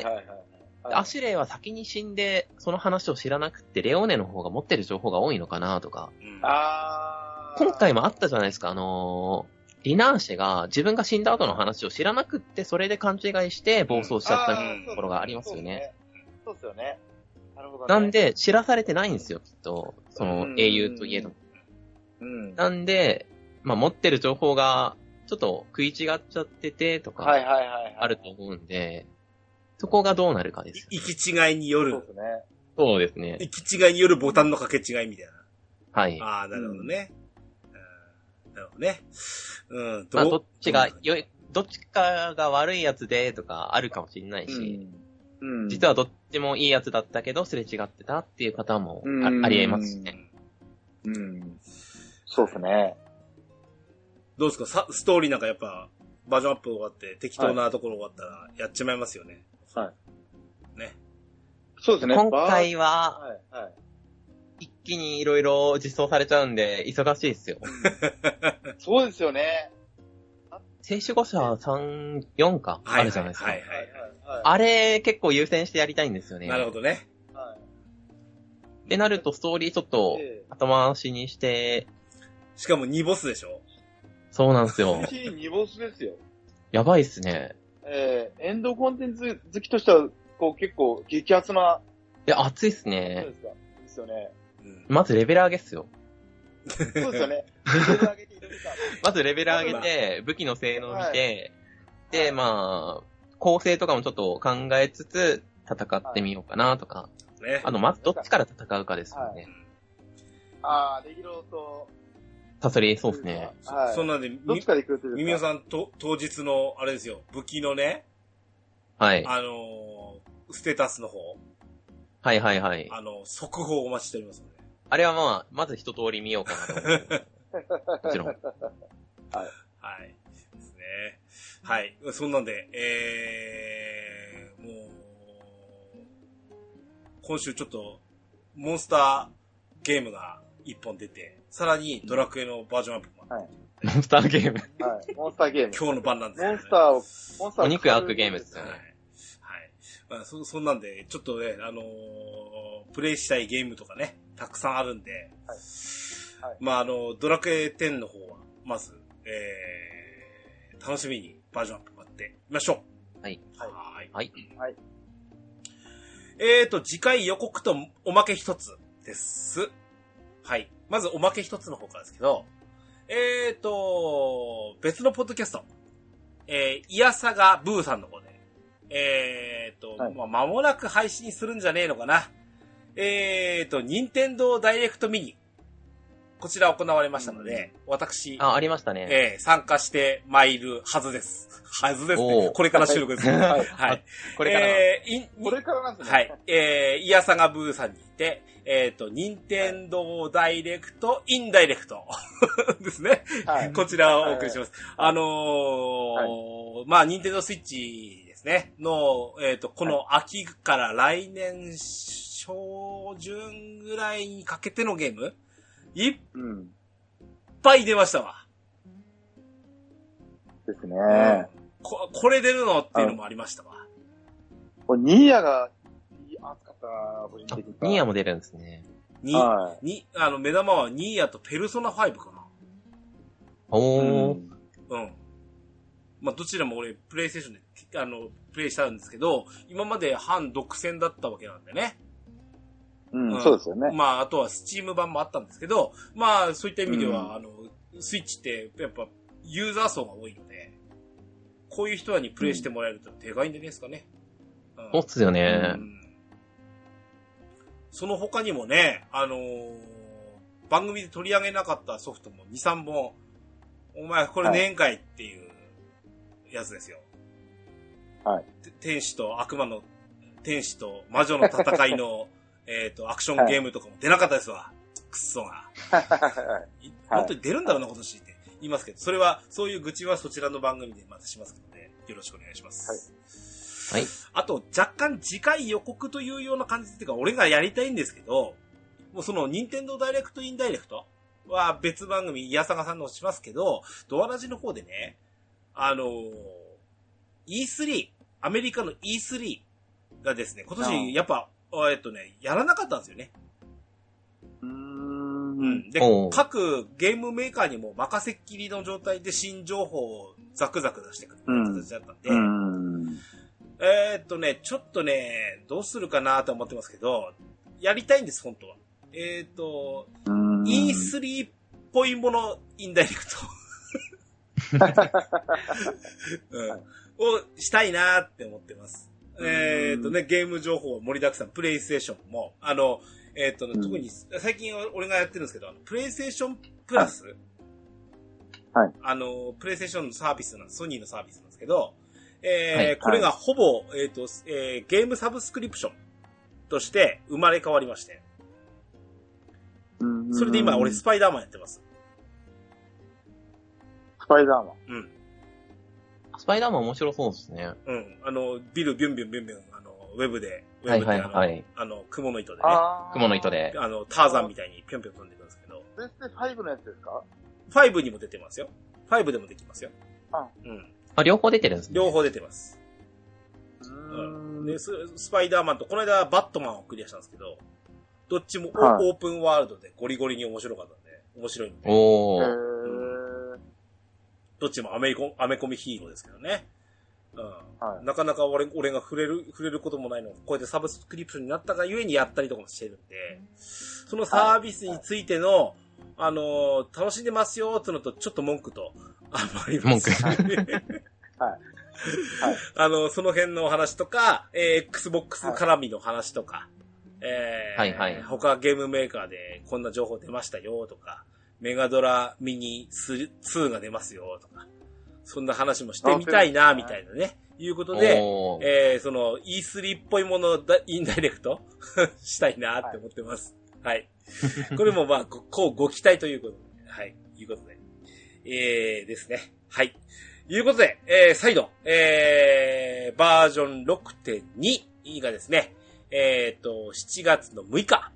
[SPEAKER 3] アシュレイは先に死んでその話を知らなくてレオーネの方が持ってる情報が多いのかなとか。今回もあったじゃないですか、リナーシェが自分が死んだ後の話を知らなくってそれで勘違いして暴走しちゃったところがありますよね。
[SPEAKER 1] そうですよね。なるほどね。
[SPEAKER 3] なんで知らされてないんですよ、きっと。その英雄といえども。なんで、まあ持ってる情報がちょっと食い違っちゃっててとか、あると思うんで、そこがどうなるかですよ、ね。
[SPEAKER 2] 行き違いによる。
[SPEAKER 3] そうですね。
[SPEAKER 2] 行き違いによるボタンの掛け違いみたいな。
[SPEAKER 3] はい。
[SPEAKER 2] ああ、なるほどね。なるほどね。
[SPEAKER 3] まあどっちかが悪いやつでとかあるかもしれないし、実はどっちもいいやつだったけどすれ違ってたっていう方もあり得ますしね。
[SPEAKER 1] そうですね。
[SPEAKER 2] どうですかストーリーなんかやっぱバージョンアップ終わって適当なところ終わったらやっちまいますよね。
[SPEAKER 1] はい。
[SPEAKER 2] ね。
[SPEAKER 1] そうですね。
[SPEAKER 3] 今回は、一気にいろいろ実装されちゃうんで忙しいですよ。
[SPEAKER 1] そうですよね。
[SPEAKER 3] 聖守護者3、4かあるじゃないですか。あれ結構優先してやりたいんですよね。
[SPEAKER 2] なるほどね。
[SPEAKER 3] ってなるとストーリーちょっと後回しにして。
[SPEAKER 2] しかも2ボスでしょ？
[SPEAKER 3] そうなんですよ。
[SPEAKER 1] 2ボスですよ。
[SPEAKER 3] やばいっすね。
[SPEAKER 1] エンドコンテンツ好きとしては、こう結構激アツな。
[SPEAKER 3] いや、熱いっすね。
[SPEAKER 1] そうですか。ですよね。
[SPEAKER 3] まずレベル上げっすよ。
[SPEAKER 1] そうですよね。レベル上げているか。
[SPEAKER 3] まずレベル上げて、武器の性能を見て、で、まあ、構成とかもちょっと考えつつ、戦ってみようかなとか。まずどっちから戦うかですよね。
[SPEAKER 1] レギロと、
[SPEAKER 3] サソリ、そうですね。
[SPEAKER 2] そんなんで、
[SPEAKER 1] どっちから行くっていうか。
[SPEAKER 2] ミミオさんと、当日の、あれですよ、武器のね、
[SPEAKER 3] はい。
[SPEAKER 2] ステータスの方。
[SPEAKER 3] はい。
[SPEAKER 2] 速報をお待ちしておりますので。
[SPEAKER 3] あれはまあ、まず一通り見ようかなと思う。もちろん。はい。
[SPEAKER 2] ですね。はい。そんなんで、もう、今週ちょっと、モンスターゲームが一本出て、さらにドラクエのバージョンアップも。はい。
[SPEAKER 3] モンスターゲーム。
[SPEAKER 1] はい。モンスターゲーム。
[SPEAKER 2] 今日の晩なんですよ、ね。
[SPEAKER 3] モンスターお肉焼くゲームですよね。
[SPEAKER 2] はい。まあ、そんなんで、ちょっとね、プレイしたいゲームとかね、たくさんあるんで、はい。はい、まあ、ドラクエ10の方は、まず、楽しみにバージョンアップ待ってみましょ
[SPEAKER 3] う。はい。
[SPEAKER 2] はい。
[SPEAKER 3] はい。
[SPEAKER 2] はい。次回予告とおまけ一つです。はい。まずおまけ一つの方からですけど、別のポッドキャスト、イヤサガブーさんの方で、はい、まあ、間もなく配信するんじゃねえのかな。任天堂ダイレクトミニこちら行われましたので、私、
[SPEAKER 3] ありましたね。
[SPEAKER 2] 参加して参るはずです。はずですね。これから収録です。はい。はい。
[SPEAKER 3] これから。
[SPEAKER 1] これからなんですね。
[SPEAKER 2] はい。イヤサガブーさんにいて、任天堂ダイレクト、インダイレクトですね。はい。こちらをお送りします。はい、まあ、任天堂スイッチですね。の、この秋から来年初旬ぐらいにかけてのゲームいっぱい出ましたわ。
[SPEAKER 1] ですね。
[SPEAKER 2] これ出るのっていうのもありましたわ。
[SPEAKER 1] これニーヤが熱かったな、
[SPEAKER 3] ニーヤも出るんですね。
[SPEAKER 2] 目玉はニーヤとペルソナ5かな。
[SPEAKER 3] おー。
[SPEAKER 2] うん。まあ、どちらも俺、プレイステーションで、プレイしたんですけど、今まで半独占だったわけなんでね。
[SPEAKER 1] そうですよね。
[SPEAKER 2] まあ、あとはスチーム版もあったんですけど、まあ、そういった意味では、スイッチって、やっぱ、ユーザー層が多いので、こういう人らにプレイしてもらえると手がいいんじゃないですかね。
[SPEAKER 3] そうっすよね。
[SPEAKER 2] その他にもね、番組で取り上げなかったソフトも2、3本、お前これ年会っていうやつですよ。
[SPEAKER 1] はい。
[SPEAKER 2] 天使と魔女の戦いの、アクションゲームとかも出なかったですわ。くっそが。本当に出るんだろうな、今年って言いますけど、そういう愚痴はそちらの番組でまたしますので、よろしくお願いします。
[SPEAKER 3] はい。
[SPEAKER 2] あと、若干次回予告というような感じっていうか、俺がやりたいんですけど、もうその、任天堂ダイレクトインダイレクトは別番組、イヤサガさんのしますけど、ドアラジの方でね、E3、アメリカの E3 がですね、今年、やっぱ、やらなかったんですよね。で、各ゲームメーカーにも任せっきりの状態で新情報をザクザク出してくる形だったんで、ちょっとね、どうするかなと思ってますけど、やりたいんです、本当は。E3 っぽいもの、インダイレクト。をしたいなって思ってます。ゲーム情報盛りだくさん、プレイステーションも、特に、最近俺がやってるんですけど、プレイステーションプラス、
[SPEAKER 1] はい。
[SPEAKER 2] プレイステーションのサービスソニーのサービスなんですけど、これがほぼ、ゲームサブスクリプションとして生まれ変わりまして、それで今俺スパイダーマンやってます。
[SPEAKER 1] スパイダーマン。
[SPEAKER 3] スパイダーマン面白そうですね。
[SPEAKER 2] ビルビュンビュンビュンビュン、ウェブで、雲の糸でね。
[SPEAKER 3] 雲の糸で。
[SPEAKER 2] ターザンみたいにぴょんぴょん飛んでくるんですけど。
[SPEAKER 1] それって5のやつですか？
[SPEAKER 2] 5 にも出てますよ。5でもできますよ。
[SPEAKER 3] 両方出てるんですね。
[SPEAKER 2] 両方出てます。で、スパイダーマンと、この間バットマンをクリアしたんですけど、どっちもオープンワールドでゴリゴリに面白かったんで、面白いんで。どっちもアメコミヒーローですけどね。なかなか俺が触れることもないのを、こうやってサブスクリプションになったがゆえにやったりとかもしてるんで、そのサービスについての、楽しんでますよってのと、ちょっと文句と、あります。その辺のお話とか、Xbox 絡みの話とか、他ゲームメーカーでこんな情報出ましたよとか、メガドラミニ2が出ますよとか、そんな話もしてみたいな、みたいなね、いうことで、その E3 っぽいものをインダイレクトしたいなって思ってます。はい。これもまあ、ご期待ということで、はい、いうことで。ですね。はい。いうことで、再度、バージョン 6.2 がですね、7月の6日、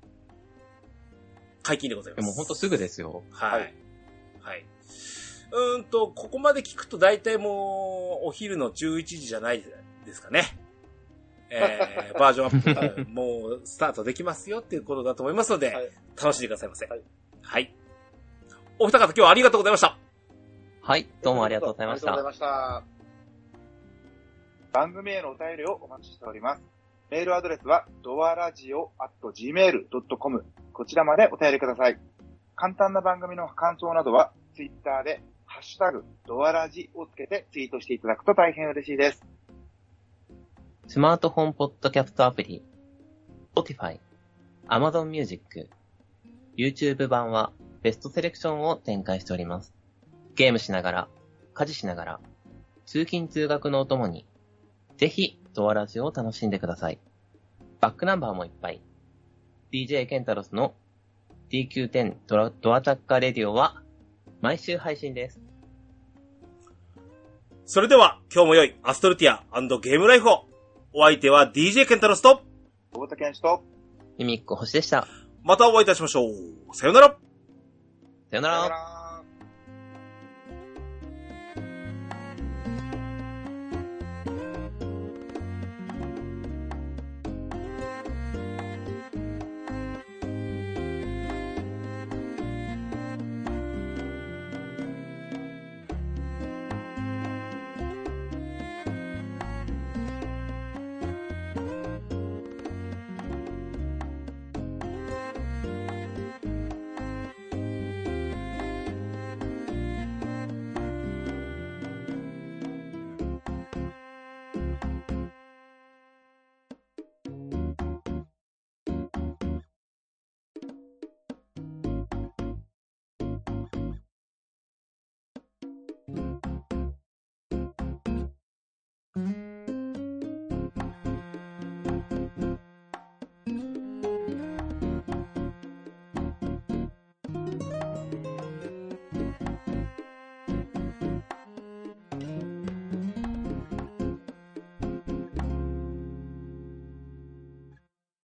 [SPEAKER 2] 解禁でございます。
[SPEAKER 3] もうほんとすぐですよ。
[SPEAKER 2] はい。はい。ここまで聞くと大体もう、お昼の11時じゃないですかね。バージョンアップ、もう、スタートできますよっていうことだと思いますので、楽しんでくださいませ。はい。お二方今日はありがとうございました。
[SPEAKER 3] はい、どうもありがとうございました。
[SPEAKER 1] ありがとうございました。番組へのお便りをお待ちしております。メールアドレスは、doaradio@gmail.com。こちらまでお便りください。簡単な番組の感想などは、ツイッターで、ハッシュタグ、ドアラジをつけてツイートしていただくと大変嬉しいです。
[SPEAKER 3] スマートフォンポッドキャストアプリ、Spotify、Amazon Music、YouTube 版はベストセレクションを展開しております。ゲームしながら、家事しながら、通勤通学のお供に、ぜひドアラジオを楽しんでください。バックナンバーもいっぱい。DJ ケンタロスの DQ10 ドアチャッカーレディオは毎週配信です。
[SPEAKER 2] それでは今日も良いアストルティア&ゲームライフを。お相手は DJ ケンタロスと
[SPEAKER 1] 久保田健志と
[SPEAKER 3] ミミック星でした。
[SPEAKER 2] またお会いいたしましょう。さよなら。
[SPEAKER 3] さよなら。